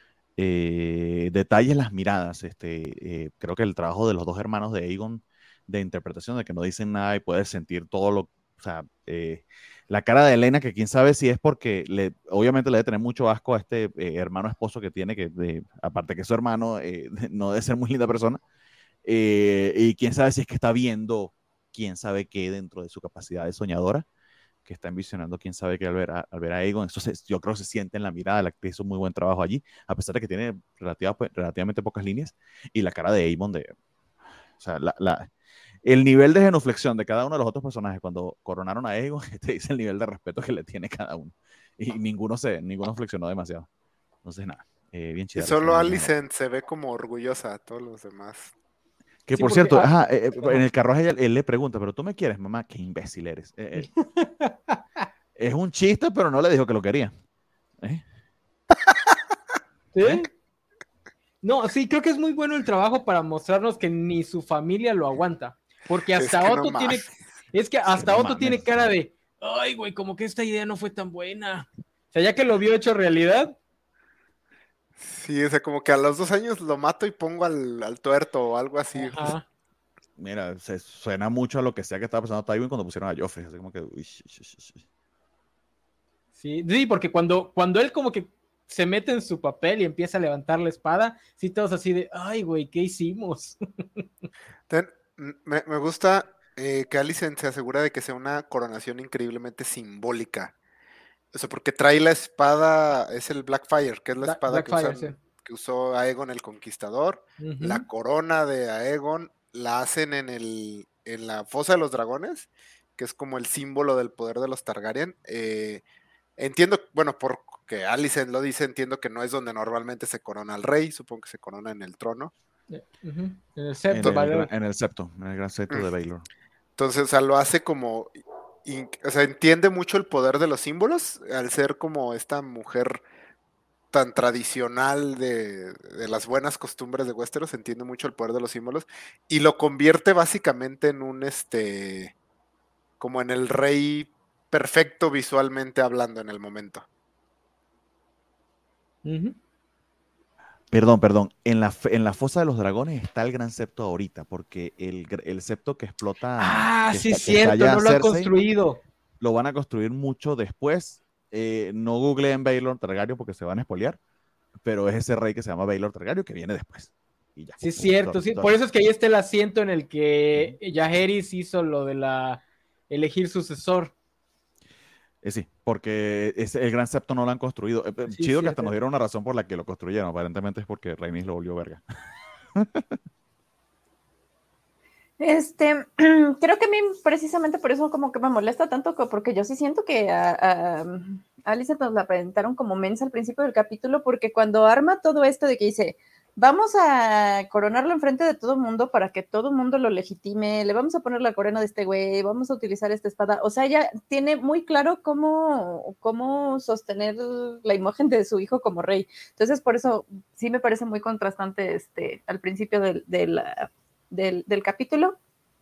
Eh, detalles, las miradas. Este, eh, creo que el trabajo de los dos hermanos de Aegon de interpretación, de que no dicen nada y puedes sentir todo lo, o sea, eh, la cara de Elena, que quién sabe si es porque le, obviamente le debe tener mucho asco a este eh, hermano esposo que tiene, que de, aparte que su hermano eh, no debe ser muy linda persona, eh, y quién sabe si es que está viendo quién sabe qué dentro de su capacidad de soñadora, que está envisionando quién sabe qué al ver a, al ver a Aegon. Entonces yo creo que se siente en la mirada, la actriz hizo un muy buen trabajo allí, a pesar de que tiene relativa, relativamente pocas líneas, y la cara de Aemon de, o sea, la, la, el nivel de genuflexión de cada uno de los otros personajes cuando coronaron a Aegon, te dice el nivel de respeto que le tiene cada uno, y ninguno se, ninguno flexionó demasiado. Entonces nada, eh, bien Y chida. solo Alicent se ve como orgullosa, todos los demás. Que Sí, por porque, cierto, ah, ajá, eh, en el carruaje él, él le pregunta, pero tú me quieres, mamá, qué imbécil eres. Eh, eh, es un chiste, pero no le dijo que lo quería. ¿Eh? ¿Sí? ¿Eh? No, sí, creo que es muy bueno el trabajo para mostrarnos que ni su familia lo aguanta. Porque hasta Es que Otto no tiene. más. Es que hasta no Otto mames. tiene cara de. Ay, güey, como que esta idea no fue tan buena. O sea, ya que lo vio hecho realidad. Sí, o sea, como que a los dos años lo mato y pongo al, al tuerto o algo así. Ajá. Mira, se suena mucho a lo que sea que estaba pasando Tywin cuando pusieron a Joffrey. Así como que. Uy, uy, uy, uy. Sí, sí, porque cuando, cuando él como que se mete en su papel y empieza a levantar la espada, sí, todos así de, ay, güey, ¿qué hicimos? Ten- me, me gusta eh, que Alicent se asegura de que sea una coronación increíblemente simbólica. O sea, porque trae la espada, es el Blackfire, que es la Black, espada que, Blackfire, usan, sí. que usó Aegon el Conquistador. Ujú. La corona de Aegon la hacen en, el, en la fosa de los dragones, que es como el símbolo del poder de los Targaryen. Eh, entiendo, bueno, porque Alicent lo dice, entiendo que no es donde normalmente se corona al rey, supongo que se corona en el trono. Ujú. En el En septo, el, ¿vale? gran- en el septo, en el gran septo de Baelor. Entonces, o sea, lo hace como, in- o sea, entiende mucho el poder de los símbolos, al ser como esta mujer tan tradicional de, de las buenas costumbres de Westeros, entiende mucho el poder de los símbolos y lo convierte básicamente en un, este, como en el rey perfecto visualmente hablando en el momento. Ujú. Perdón, perdón. En la, f- en la fosa de los dragones está el gran septo ahorita, porque el, gr- el septo que explota, Ah, que sí, está, es que está cierto, allá no lo han Cersei, construido. lo van a construir mucho después. Eh, no googleen Baelor Targaryen porque se van a espolear, pero es ese rey que se llama Baelor Targaryen que viene después. y ya. Sí, es cierto, Dor- sí. dor- Por eso es que ahí está el asiento en el que Jaehaerys hizo lo de la elegir sucesor. Eh, sí, porque ese- el Gran Septo no lo han construido. Eh, eh, Sí, chido que hasta cierto. nos dieron una razón por la que lo construyeron. Aparentemente es porque Rhaenys lo volvió verga. Este, creo que a mí precisamente por eso como que me molesta tanto, que- porque yo sí siento que a, a, a Alicent nos la presentaron como mensa al principio del capítulo, porque cuando arma todo esto de que dice, vamos a coronarlo enfrente de todo el mundo para que todo el mundo lo legitime, le vamos a poner la corona de este güey, vamos a utilizar esta espada, o sea, ella tiene muy claro cómo, cómo sostener la imagen de su hijo como rey. Entonces, por eso sí me parece muy contrastante este, al principio del, de la Del, del capítulo.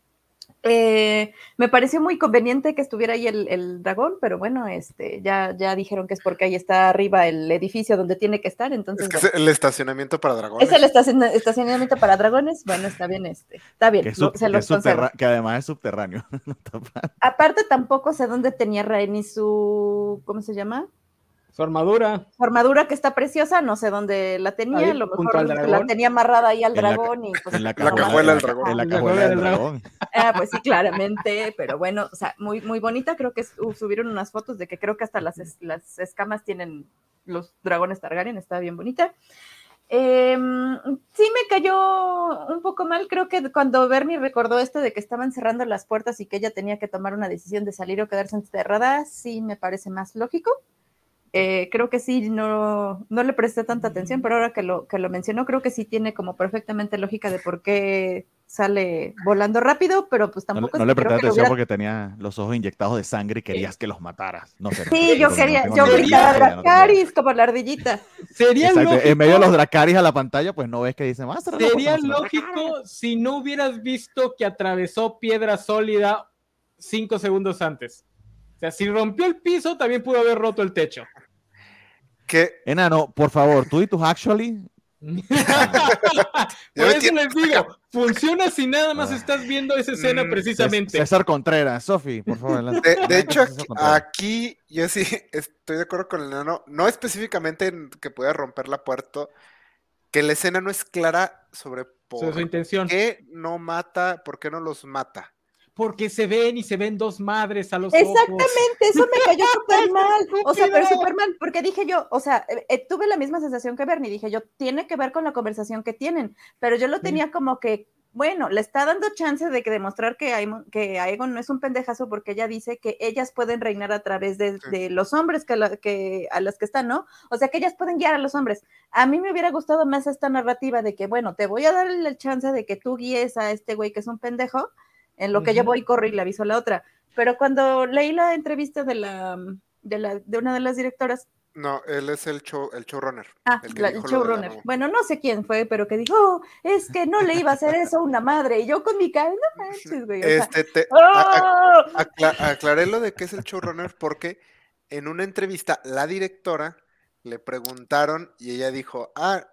Eh, me pareció muy conveniente que estuviera ahí el, el dragón, pero bueno, este, ya, ya dijeron que es porque ahí está arriba el edificio donde tiene que estar, entonces Es que bueno. es el estacionamiento para Es dragones. el estacion estacionamiento para dragones, bueno, está bien, este, está bien, Que, es lo, sub- se que, los es subterra- concedo. que además es subterráneo. No está mal. Aparte tampoco sé dónde tenía Rhaenys su, ¿cómo se llama? Su armadura. Su armadura, que está preciosa, no sé dónde la tenía, Ahí, a lo junto al mejor la dragón. tenía amarrada ahí al En la, dragón y pues en la La nomás- cajuela cajuela, en del la, dragón. en la La cajuela cajuela del del dragón. Ah, pues sí, claramente, pero bueno, o sea, muy, muy bonita. Creo que uh, subieron unas fotos de que creo que hasta las, es, las escamas tienen los dragones Targaryen, está bien bonita. Eh, sí me cayó un poco mal, creo que cuando Bernie recordó esto de que estaban cerrando las puertas y que ella tenía que tomar una decisión de salir o quedarse encerrada, sí me parece más lógico. Eh, creo que sí, no, no le presté tanta atención, pero ahora que lo, que lo mencionó, creo que sí tiene como perfectamente lógica de por qué sale volando rápido, pero pues No, le- tampoco no es le que creo presté que lo atención hubiera... porque tenía los ojos inyectados de sangre y querías que los mataras. No sé. Sí, yo no- no quería, tengo yo ni idea, gritaba no tenía- no tenía idea. Dracarys como la ardillita. Sería Exacto, lógico, en medio de los Dracarys a la pantalla, pues no ves que dicen, más sería lógico si no hubieras visto que atravesó piedra sólida cinco segundos antes. O sea, si rompió el piso, también pudo haber roto el techo. Que Enano, por favor, tú y tus actually. Por Ya me eso tienes les digo, funciona si nada más estás viendo esa escena Mm, precisamente. César Contreras, Sofi, por favor. adelante. De, de Adelante, hecho, César aquí, Contreras. aquí yo sí estoy de acuerdo con el enano, no específicamente en que pueda romper la puerta, que la escena no es clara sobre Sobre su por intención. qué no mata, por qué no los mata. Porque se ven y se ven dos madres a los ojos. Exactamente, eso me cayó súper mal. O sea, pero ¡Estúpido! súper mal, porque dije yo, o sea, eh, eh, tuve la misma sensación que Bernie, dije yo, tiene que ver con la conversación que tienen, pero yo lo tenía como que, bueno, le está dando chance de que demostrar que, Aemon, que Aegon no es un pendejazo porque ella dice que ellas pueden reinar a través de, Sí. de los hombres que, la, que a los que están, ¿no? O sea, que ellas pueden guiar a los hombres. A mí me hubiera gustado más esta narrativa de que, bueno, te voy a dar el chance de que tú guíes a este güey que es un pendejo, en lo que uh-huh. yo voy, corro y le aviso a la otra. Pero cuando leí la entrevista de la de, la, de una de las directoras. No, él es el show, el showrunner. Ah, el, el showrunner. Bueno, no sé quién fue, pero que dijo, oh, es que no le iba a hacer eso a una madre. Y yo con mi cara, no manches, güey. O sea, este, te, ¡oh! a, a, acla, aclaré lo de qué es el showrunner porque en una entrevista la directora le preguntaron y ella dijo, ah,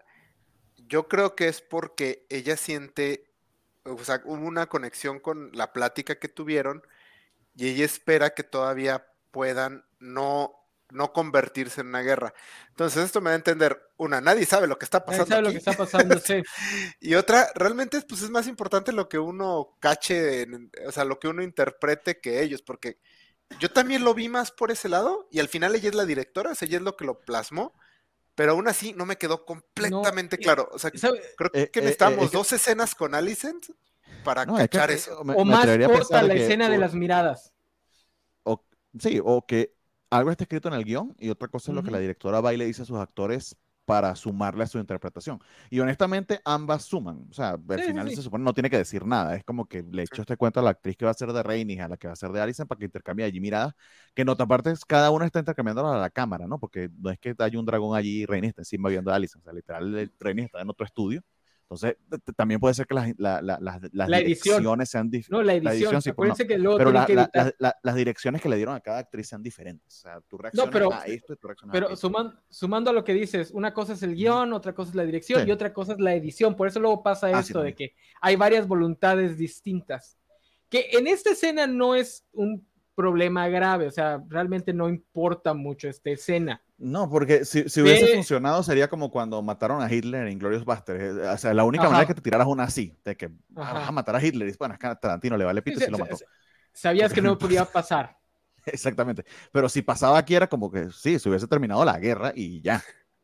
yo creo que es porque ella siente, o sea, hubo una conexión con la plática que tuvieron y ella espera que todavía puedan no, no convertirse en una guerra. Entonces esto me da a entender, una, nadie sabe lo que está pasando Nadie sabe aquí. lo que está pasando, sí. Y otra, realmente pues es más importante lo que uno cache, en, o sea, lo que uno interprete que ellos, porque yo también lo vi más por ese lado y al final ella es la directora, o sea, ella es lo que lo plasmó. Pero aún así no me quedó completamente no, claro. O sea, ¿sabe? creo eh, que necesitamos eh, eh, dos escenas con Alicent para no, cachar es que, eso. Me, o me más corta la que, escena o, de las miradas. O, sí, o que algo está escrito en el guión y otra cosa es uh-huh. lo que la directora va y le dice a sus actores para sumarle a su interpretación. Y honestamente ambas suman. O sea, al sí, final sí, sí. se supone no tiene que decir nada. Es como que le echo sí. este cuento a la actriz que va a ser de Rhaenys, a la que va a ser de Alicent, para que intercambie allí miradas, que en otra parte cada uno está intercambiando a la cámara, ¿no? Porque no es que haya un dragón allí y Rhaenys está encima viendo a Alicent. O sea, literal, Rhaenys está en otro estudio. Entonces, también puede ser que las, la, la, las, las la direcciones sean diferentes. No, la edición. La edición sí, pues no. que luego pero la, que la, la, la, las direcciones que le dieron a cada actriz sean diferentes. O sea, tú reaccionas no, pero, a esto y tú reaccionas pero a esto. Suman, sumando a lo que dices, una cosa es el guión, otra cosa es la dirección sí. y otra cosa es la edición. Por eso luego pasa ah, esto sí, de que hay varias voluntades distintas. Que en esta escena no es un problema grave, o sea, realmente no importa mucho esta escena. No, porque si, si hubiese Sí. funcionado sería como cuando mataron a Hitler en Inglourious Basterds. O sea, la única Ajá. manera es que te tiraras una así, de que ah, Ajá. vas a matar a Hitler. Y bueno, es que a Tarantino le vale Sí, pito sí, si lo sí, mató. sí. Sabías Porque- que no podía pasar. Exactamente. Pero si pasaba aquí era como que sí, se hubiese terminado la guerra y ya.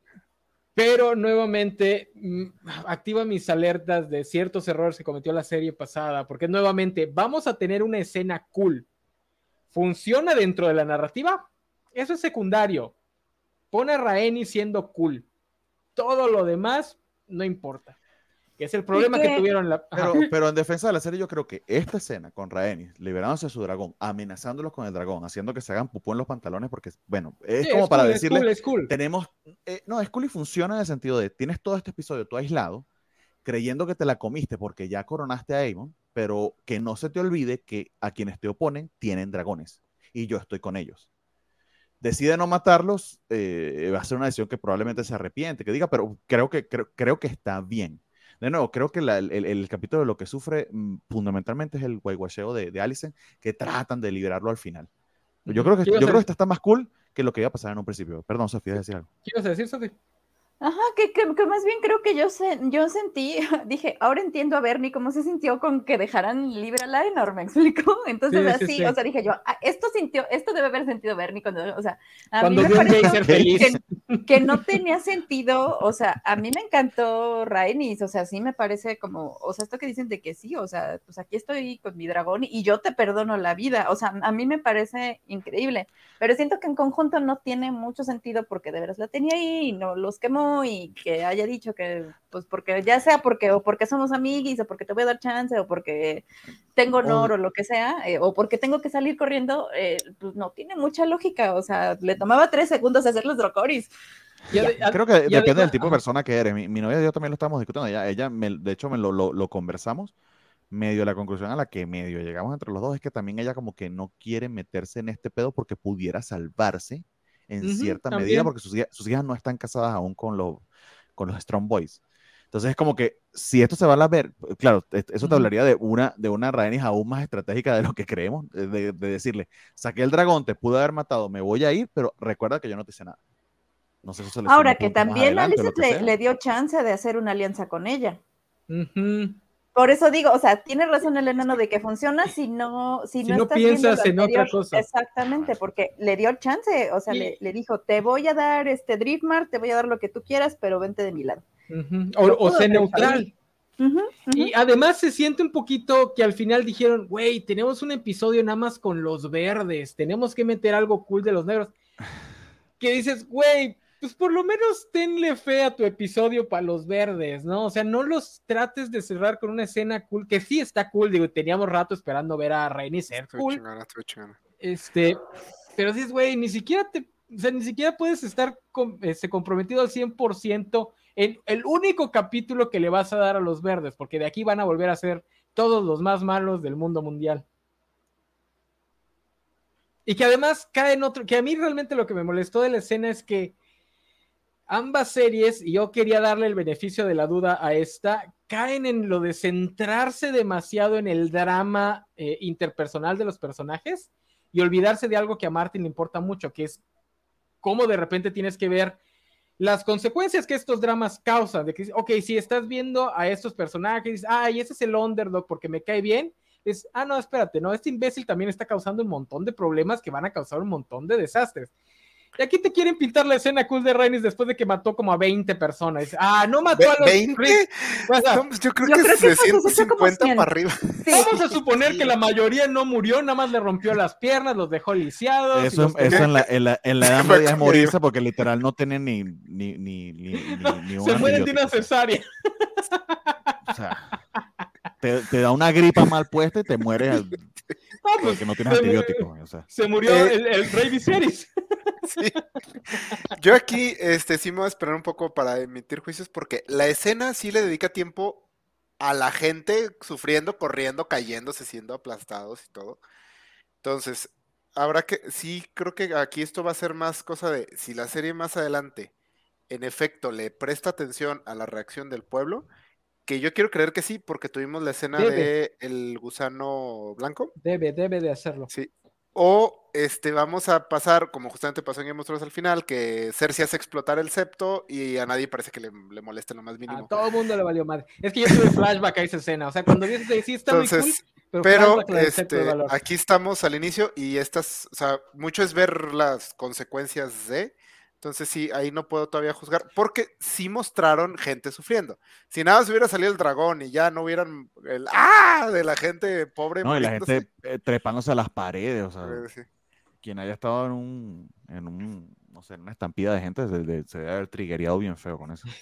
Pero nuevamente mm, activa mis alertas de ciertos errores que cometió la serie pasada, porque nuevamente vamos a tener una escena cool. ¿Funciona dentro de la narrativa? Eso es secundario. Pone a Rhaenys siendo cool. Todo lo demás no importa. Que es el problema que que- tuvieron la... Ajá. Pero, pero en defensa de la serie, yo creo que esta escena con Rhaenys liberándose a su dragón, amenazándolos con el dragón, haciendo que se hagan pupú en los pantalones, porque, bueno, es Sí, como es para cool, decirle, es cool, es cool. tenemos, eh, no, es cool y funciona en el sentido de, tienes todo este episodio tú aislado, creyendo que te la comiste porque ya coronaste a Aemon, pero que no se te olvide que a quienes te oponen tienen dragones, y yo estoy con ellos. Decide no matarlos, eh, va a ser una decisión que probablemente se arrepiente, que diga, pero creo que, creo, creo que está bien. De nuevo, creo que la, el, el, capítulo de lo que sufre mm, fundamentalmente es el guayguacheo de, de Alicent, que tratan de liberarlo al final. Yo creo que, yo creo que esta está más cool que lo que iba a pasar en un principio. Perdón, Sofía, decir algo. ¿Qué ibas a decir, Sofía? Ajá, que, que, que más bien creo que yo, se, yo sentí, dije, ahora entiendo a Bernie cómo se sintió con que dejaran libre a Laenor, ¿me explico? Entonces Sí, así, sí, sí. o sea, dije yo, ah, esto sintió, esto debe haber sentido Bernie cuando, o sea, a Cuando mí me vio un pareció Geyser feliz. que, que no tenía sentido, o sea, a mí me encantó Rhaenys, o sea, sí me parece como, o sea, esto que dicen de que sí, o sea, pues aquí estoy con mi dragón y yo te perdono la vida, o sea, a mí me parece increíble, pero siento que en conjunto no tiene mucho sentido porque de veras la tenía ahí y no los quemó y que haya dicho que, pues porque ya sea porque o porque somos amiguis o porque te voy a dar chance o porque tengo honor o, o lo que sea, eh, o porque tengo que salir corriendo, eh, pues no tiene mucha lógica, o sea, le tomaba tres segundos hacer los Drogoris. Ya, creo que depende además, del tipo ajá. de persona que eres. Mi, mi novia y yo también lo estamos discutiendo. Ella, ella me, de hecho, me lo, lo, lo conversamos. Medio la conclusión a la que medio llegamos entre los dos es que también ella como que no quiere meterse en este pedo porque pudiera salvarse en uh-huh, cierta también. medida porque sus, sus hijas no están casadas aún con, lo, con los Strong Boys. Entonces es como que si esto se va a ver, claro, eso te hablaría de una, de una Rhaenys aún más estratégica de lo que creemos, de, de decirle, saqué el dragón, te pude haber matado, me voy a ir, pero recuerda que yo no te hice nada. No sé si eso le Ahora que también Alicent le, le dio chance de hacer una alianza con ella. Uh-huh. Por eso digo, o sea, tiene razón el enano de que funciona si no, si si no, no estás piensas viendo en otra cosa. Exactamente, porque le dio chance, o sea, y... le, le dijo, te voy a dar este Driftmark, te voy a dar lo que tú quieras, pero vente de mi lado. Uh-huh. O, o sé neutral. Uh-huh, uh-huh. Y además se siente un poquito que al final dijeron, güey, tenemos un episodio nada más con los verdes, tenemos que meter algo cool de los negros. Que dices, güey, pues por lo menos tenle fe a tu episodio para los verdes, ¿no? O sea, no los trates de cerrar con una escena cool, que sí está cool, digo, teníamos rato esperando ver a Rhaenys ser cool. Chingana, chingana. Este, pero dices, güey, ni siquiera te, o sea, ni siquiera puedes estar con, este, comprometido al cien por ciento en el único capítulo que le vas a dar a los verdes, porque de aquí van a volver a ser todos los más malos del mundo mundial. Y que además cae en otro, que a mí realmente lo que me molestó de la escena es que ambas series, y yo quería darle el beneficio de la duda a esta, caen en lo de centrarse demasiado en el drama eh, interpersonal de los personajes y olvidarse de algo que a Martin le importa mucho, que es cómo de repente tienes que ver las consecuencias que estos dramas causan, de que, ok, si estás viendo a estos personajes, ay, ese es el underdog porque me cae bien, es, ah, no, espérate, no, este imbécil también está causando un montón de problemas que van a causar un montón de desastres. Y aquí te quieren pintar la escena cool de Rhaenys después de que mató como a veinte personas. Ah, no mató a los... ¿veinte? O sea, no, yo creo yo que, creo que ciento cincuenta para arriba. Sí. Vamos a suponer sí. que la mayoría no murió, nada más le rompió las piernas, los dejó lisiados. Eso, los eso en, la, en, la, en la edad media es morirse porque literal no tienen ni, ni, ni, ni, no, ni un se mueren de una cesárea. O sea, te, te da una gripa mal puesta y te mueres al... no, pues, porque no tienes antibióticos. Murió, o sea. Se murió eh, el, el rey Viserys. Sí. Yo aquí este, sí me voy a esperar un poco para emitir juicios porque la escena sí le dedica tiempo a la gente sufriendo, corriendo, cayéndose, siendo aplastados y todo. Entonces, habrá que, sí creo que aquí esto va a ser más cosa de, si la serie más adelante, en efecto, le presta atención a la reacción del pueblo, que yo quiero creer que sí, porque tuvimos la escena debe. de el gusano blanco. Debe, debe de hacerlo. Sí. O este, vamos a pasar, como justamente pasó en Game of Thrones al final, que Cersei hace explotar el septo y a nadie parece que le, le moleste en lo más mínimo. A todo el mundo le valió madre. Es que yo tuve flashback a esa escena. O sea, cuando vi eso, sí está Entonces, muy cool, pero, pero flashback la del septo de este, valor. aquí estamos al inicio y estas, o sea, mucho es ver las consecuencias de. Entonces sí, ahí no puedo todavía juzgar, porque sí mostraron gente sufriendo. Si nada más hubiera salido el dragón y ya no hubieran el ¡ah! De la gente pobre No, y la muriéndose, gente eh, trepándose a las paredes, o sea, pues, sí. quien haya estado en un, en un, no sé, en una estampida de gente, se, de- se debe haber triggereado bien feo con eso.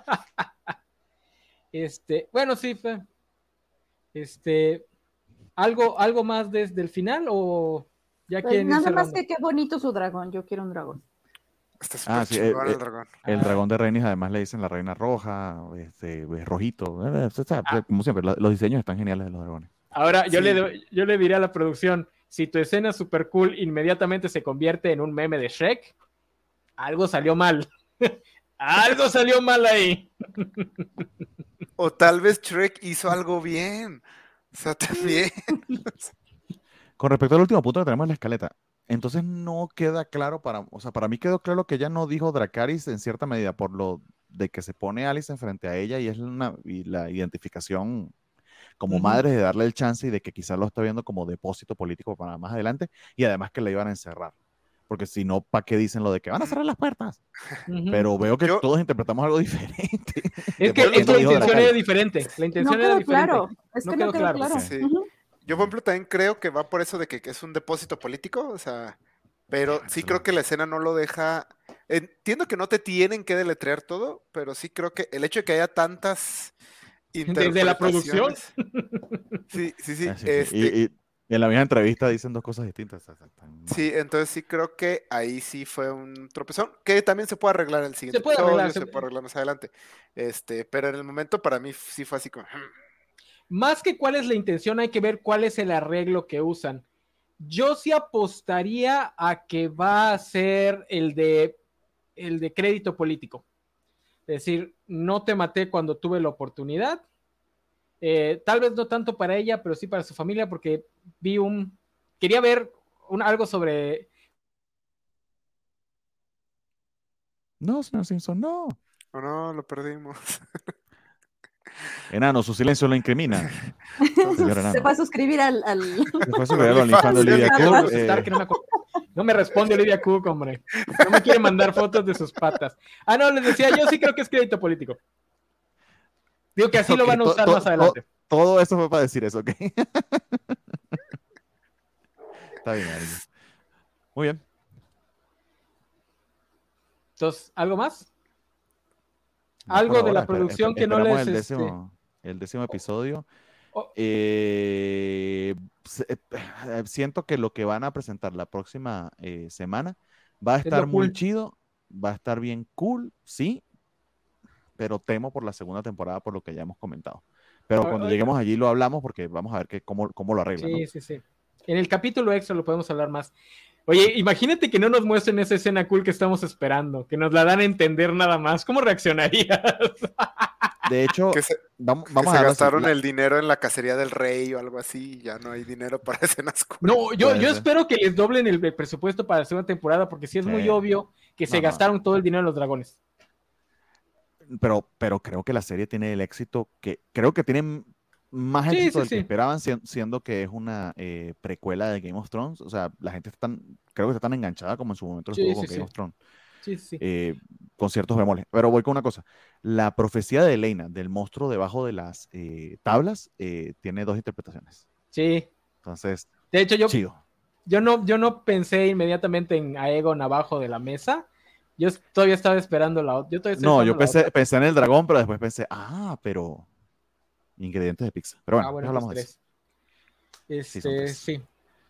Este, bueno, sí, fue. Este, ¿algo, algo más desde el final o ya Pues quieren ir nada más cerrando? que qué bonito su dragón. Yo quiero un dragón. Está súper Ah, sí, eh, chingón eh, el dragón. el Ah. dragón de Rhaenys además le dicen la reina roja, este, eh, rojito, eh, o sea, Ah. como siempre, lo- los diseños están geniales de los dragones. Ahora yo, Sí. le, doy- yo le diré a la producción, si tu escena super cool inmediatamente se convierte en un meme de Shrek, algo salió mal. Algo salió mal ahí. O tal vez Shrek hizo algo bien. O sea, también. Con respecto al último punto que tenemos en la escaleta, entonces no queda claro para, o sea, para mí quedó claro que ella no dijo Dracarys en cierta medida por lo de que se pone Alice frente a ella y es una, y la identificación como Ujú. madre de darle el chance y de que quizás lo está viendo como depósito político para más adelante y además que la iban a encerrar. Porque si no, ¿para qué dicen lo de que van a cerrar las puertas? Ujú. Pero veo que Yo- todos interpretamos algo diferente. Es de que, por qué es que no la dijo intención Dracarys. era diferente. La No intención era quedó diferente. claro. Es No que quedó no quedó claro. claro. Sí. Ujú. Yo, por ejemplo, también creo que va por eso de que, que es un depósito político, o sea, pero sí creo que la escena no lo deja. Entiendo que no te tienen que deletrear todo, pero sí creo que el hecho de que haya tantas Desde la producción. interpretaciones. Sí, sí, sí. Ah, sí, sí. Este, Y, y- y en la misma entrevista dicen dos cosas distintas. o sea, están mal. sí, entonces sí creo que ahí sí fue un tropezón, que también se puede arreglar en el siguiente Se puede episodio, arreglar, se se- puede arreglar más adelante. Este, pero en el momento para mí sí fue así como. Más que cuál es la intención, hay que ver cuál es el arreglo que usan. Yo sí apostaría a que va a ser el de, el de crédito político. Es decir, no te maté cuando tuve la oportunidad. Eh, tal vez no tanto para ella, pero sí para su familia, porque vi un... Quería ver un, algo sobre... No, señor Simpson, no. Oh, no, lo perdimos. Enano, su silencio lo incrimina. Señor Se Enano. fue a suscribir al. al... Se fue a subir al OnlyFans de Olivia Carlos Cook. eh, Stark, no, me acuerdo. No me responde Olivia Cook, hombre. No me quiere mandar fotos de sus patas. Ah, no, les decía, yo sí creo que es crédito político. Digo que así lo ok, van a to- usar to- más adelante. to- todo eso fue para decir eso, ¿ok? Está bien, Ariel. Muy bien. Entonces, ¿algo más? No Algo por de la ahora, esper- producción esper- que no esperamos les, el este- décimo, el décimo episodio. Oh. Eh, se- eh, siento que lo que van a presentar la próxima eh, semana va a Es estar lo muy cool. chido, va a estar bien cool, sí, pero temo por la segunda temporada por lo que ya hemos comentado. Pero Ah, cuando ah, lleguemos allí lo hablamos porque vamos a ver que cómo, cómo lo arreglan, ¿no? Sí, sí, sí. En el capítulo extra lo podemos hablar más. Oye, imagínate que no nos muestren esa escena cool que estamos esperando, que nos la dan a entender nada más. ¿Cómo reaccionarías? De hecho, Que se, vamos, que vamos se a darle así, gastaron la- el dinero en la cacería del rey o algo así, y ya no hay dinero para escenas cool. No, yo, Puede yo ser. espero que les doblen el, el presupuesto para la segunda temporada, porque sí es Sí. muy obvio que se No, no. gastaron todo el dinero en los dragones. pero, pero creo que la serie tiene el éxito que creo que tiene más Sí, éxito sí, del que sí. esperaban, sien- siendo que es una eh, precuela de Game of Thrones. O sea, la gente está tan, creo que está tan enganchada como en su momento lo Sí, estuvo sí, con Game sí. of Thrones, Sí, sí. eh, con ciertos bemoles. Pero voy con una cosa. La profecía de Elena, del monstruo debajo de las eh, tablas, eh, tiene dos interpretaciones. Sí. Entonces, De hecho, yo, chido. yo, no, yo no pensé inmediatamente en Aegon abajo de la mesa. Yo es- todavía estaba esperando la otra. Yo todavía estoy No, esperando yo la pensé, otra. pensé en el dragón, pero después pensé, ah, pero ingredientes de pizza. Pero bueno, Ah, bueno, ya hablamos pues de eso. tres. Sí, son Este, tres. sí.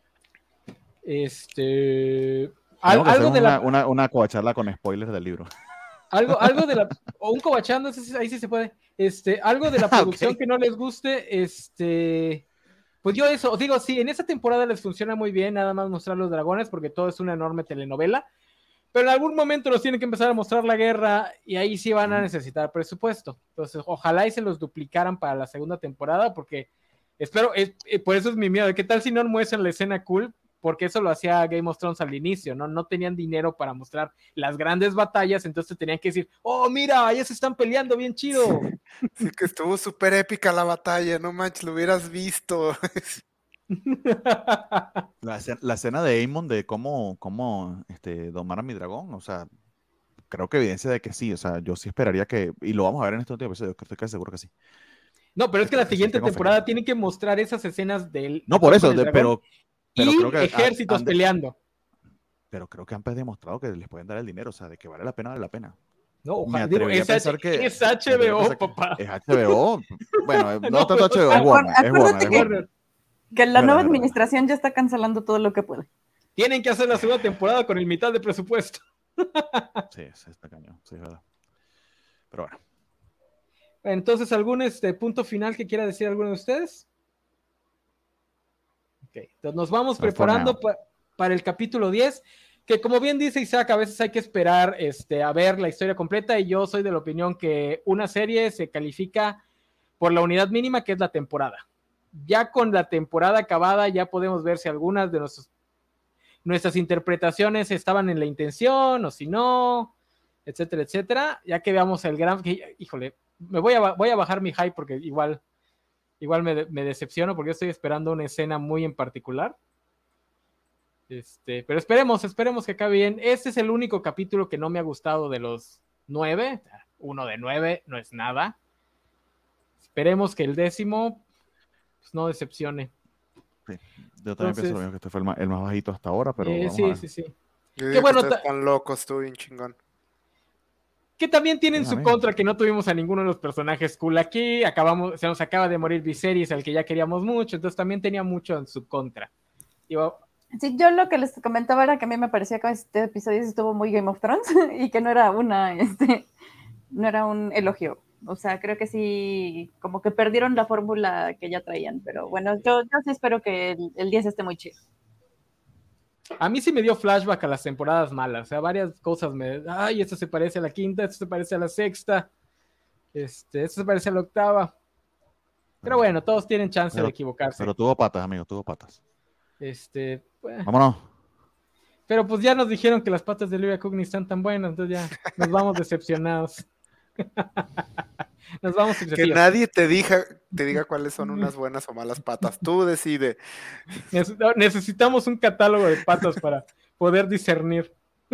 Este. al- Tenemos que hacer algo de una, la. una, una coacharla con spoilers del libro. Algo, algo de la. O un cobachando, ese sí- ahí sí se puede. Este, algo de la producción Ok. que no les guste. Este. Pues yo eso, digo, sí, en esta temporada les funciona muy bien nada más mostrar los dragones porque todo es una enorme telenovela, pero en algún momento los tienen que empezar a mostrar la guerra y ahí sí van a necesitar presupuesto. Entonces, ojalá y se los duplicaran para la segunda temporada porque espero, es, eh, por eso es mi miedo, ¿qué tal si no muestran la escena cool? porque eso lo hacía Game of Thrones al inicio, ¿no? No tenían dinero para mostrar las grandes batallas, entonces tenían que decir, oh, mira, ya se están peleando bien chido. Sí que estuvo súper épica la batalla, no manches, lo hubieras visto. La, escena- la escena de Aemon de cómo, cómo este, domar a mi dragón, o sea, creo que evidencia de que sí, o sea, yo sí esperaría que, y lo vamos a ver en este último episodio, que estoy casi seguro que sí. No, pero es que la Que sí siguiente esté temporada confirmado. tienen que mostrar esas escenas del No, por con eso, el de- dragón pero, pero y creo que ha- ejércitos han de- peleando. pero creo que han pues demostrado que les pueden dar el dinero, o sea, de que vale la pena, vale la pena. No, Me ojalá, digo, atrevería es, a pensar H- que... es me atrevería a H B O, pensar que papá. Es H B O, bueno, eh, no, No, tanto o H B O, sea, es Warner, es acuérdate Warner, es que- Warner. Que la Es nueva verdad, es verdad. administración ya está cancelando todo lo que puede. Tienen que hacer la segunda temporada con el mitad de presupuesto. Sí, sí, está cañón, sí, es verdad. Pero bueno. Entonces, ¿algún este, punto final que quiera decir alguno de ustedes? Ok, entonces nos vamos So for preparando now. pa- para el capítulo diez, que como bien dice Isaac, a veces hay que esperar este, a ver la historia completa, y yo soy de la opinión que una serie se califica por la unidad mínima, que es la temporada. Ya con la temporada acabada, ya podemos ver si algunas de nuestros, nuestras interpretaciones estaban en la intención o si no, etcétera, etcétera. Ya que veamos el gran... que, híjole, me voy a, voy a bajar mi hype porque igual, igual me, me decepciono porque yo estoy esperando una escena muy en particular. Este, pero esperemos, esperemos que acabe bien. Este es el único capítulo que no me ha gustado de los nueve. Uno de nueve no es nada. Esperemos que el décimo pues, no decepcione. Sí. Yo también Entonces, pienso lo mismo, que este fue el más, el más bajito hasta ahora, pero eh, vamos a sí, ver. sí, sí. Yo Qué digo bueno, que ustedes ta- están locos, estuvo bien chingón. Que también tienen Bien, su amigo. contra, que no tuvimos a ninguno de los personajes cool aquí. Acabamos, se nos acaba de morir Viserys, al que ya queríamos mucho, entonces también tenía mucho en su contra. Digo, Sí, yo lo que les comentaba era que a mí me parecía que este episodio estuvo muy Game of Thrones y que no era una, este, no era un elogio. O sea, creo que sí, como que perdieron la fórmula que ya traían, pero bueno, yo, yo sí espero que el, el diez esté muy chido. a mí sí me dio flashback a las temporadas malas, o sea, varias cosas me... Ay, esto se parece a la quinta, esto se parece a la sexta, este, esto se parece a la octava. Pero bueno, todos tienen chance Pero- de equivocarse. Pero tuvo patas, amigo, tuvo patas. Este, pues, Vámonos. pero pues ya nos dijeron que las patas de Olivia Cook ni están tan buenas, entonces ya nos vamos decepcionados. Nos vamos Que decepcionados. nadie te diga, te diga cuáles son unas buenas o malas patas. Tú decide. Neces- Necesitamos un catálogo de patas para poder discernir.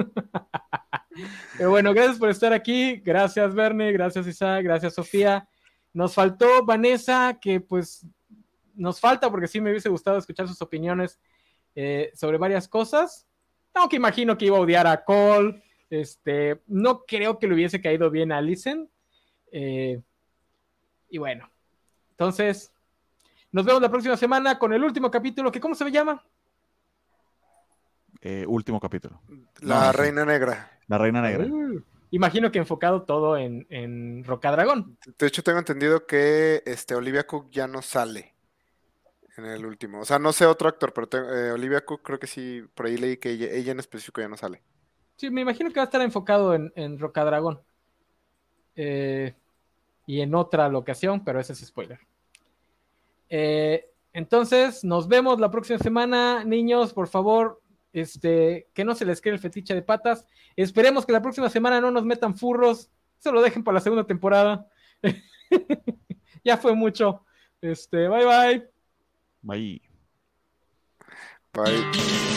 Pero bueno, gracias por estar aquí. Gracias, Verne. Gracias, Isaac. Gracias, Sofía. Nos faltó Vanessa, que pues nos falta porque sí me hubiese gustado escuchar sus opiniones eh, sobre varias cosas. Aunque imagino que iba a odiar a Cole. Este, no creo que le hubiese caído bien a Alicent. Eh, y bueno, entonces nos vemos la próxima semana con el último capítulo, que ¿cómo se llama? Eh, último capítulo. La No, no sé. Reina Negra. La Reina Negra. Uh, imagino que enfocado todo en, en Rocadragón. De hecho, tengo entendido que este, Olivia Cook ya no sale en el último. O sea, no sé otro actor, pero te- eh, Olivia Cook creo que sí, por ahí leí que ella, ella en específico ya no sale. Sí, me imagino que va a estar enfocado en, en Rocadragón. Eh, y en otra locación, pero ese es spoiler. Eh, entonces, nos vemos la próxima semana. Niños, por favor, este, que no se les cree el fetiche de patas. Esperemos que la próxima semana no nos metan furros. Se lo dejen para la segunda temporada. Ya fue mucho. Este, bye bye. Bye. Bye.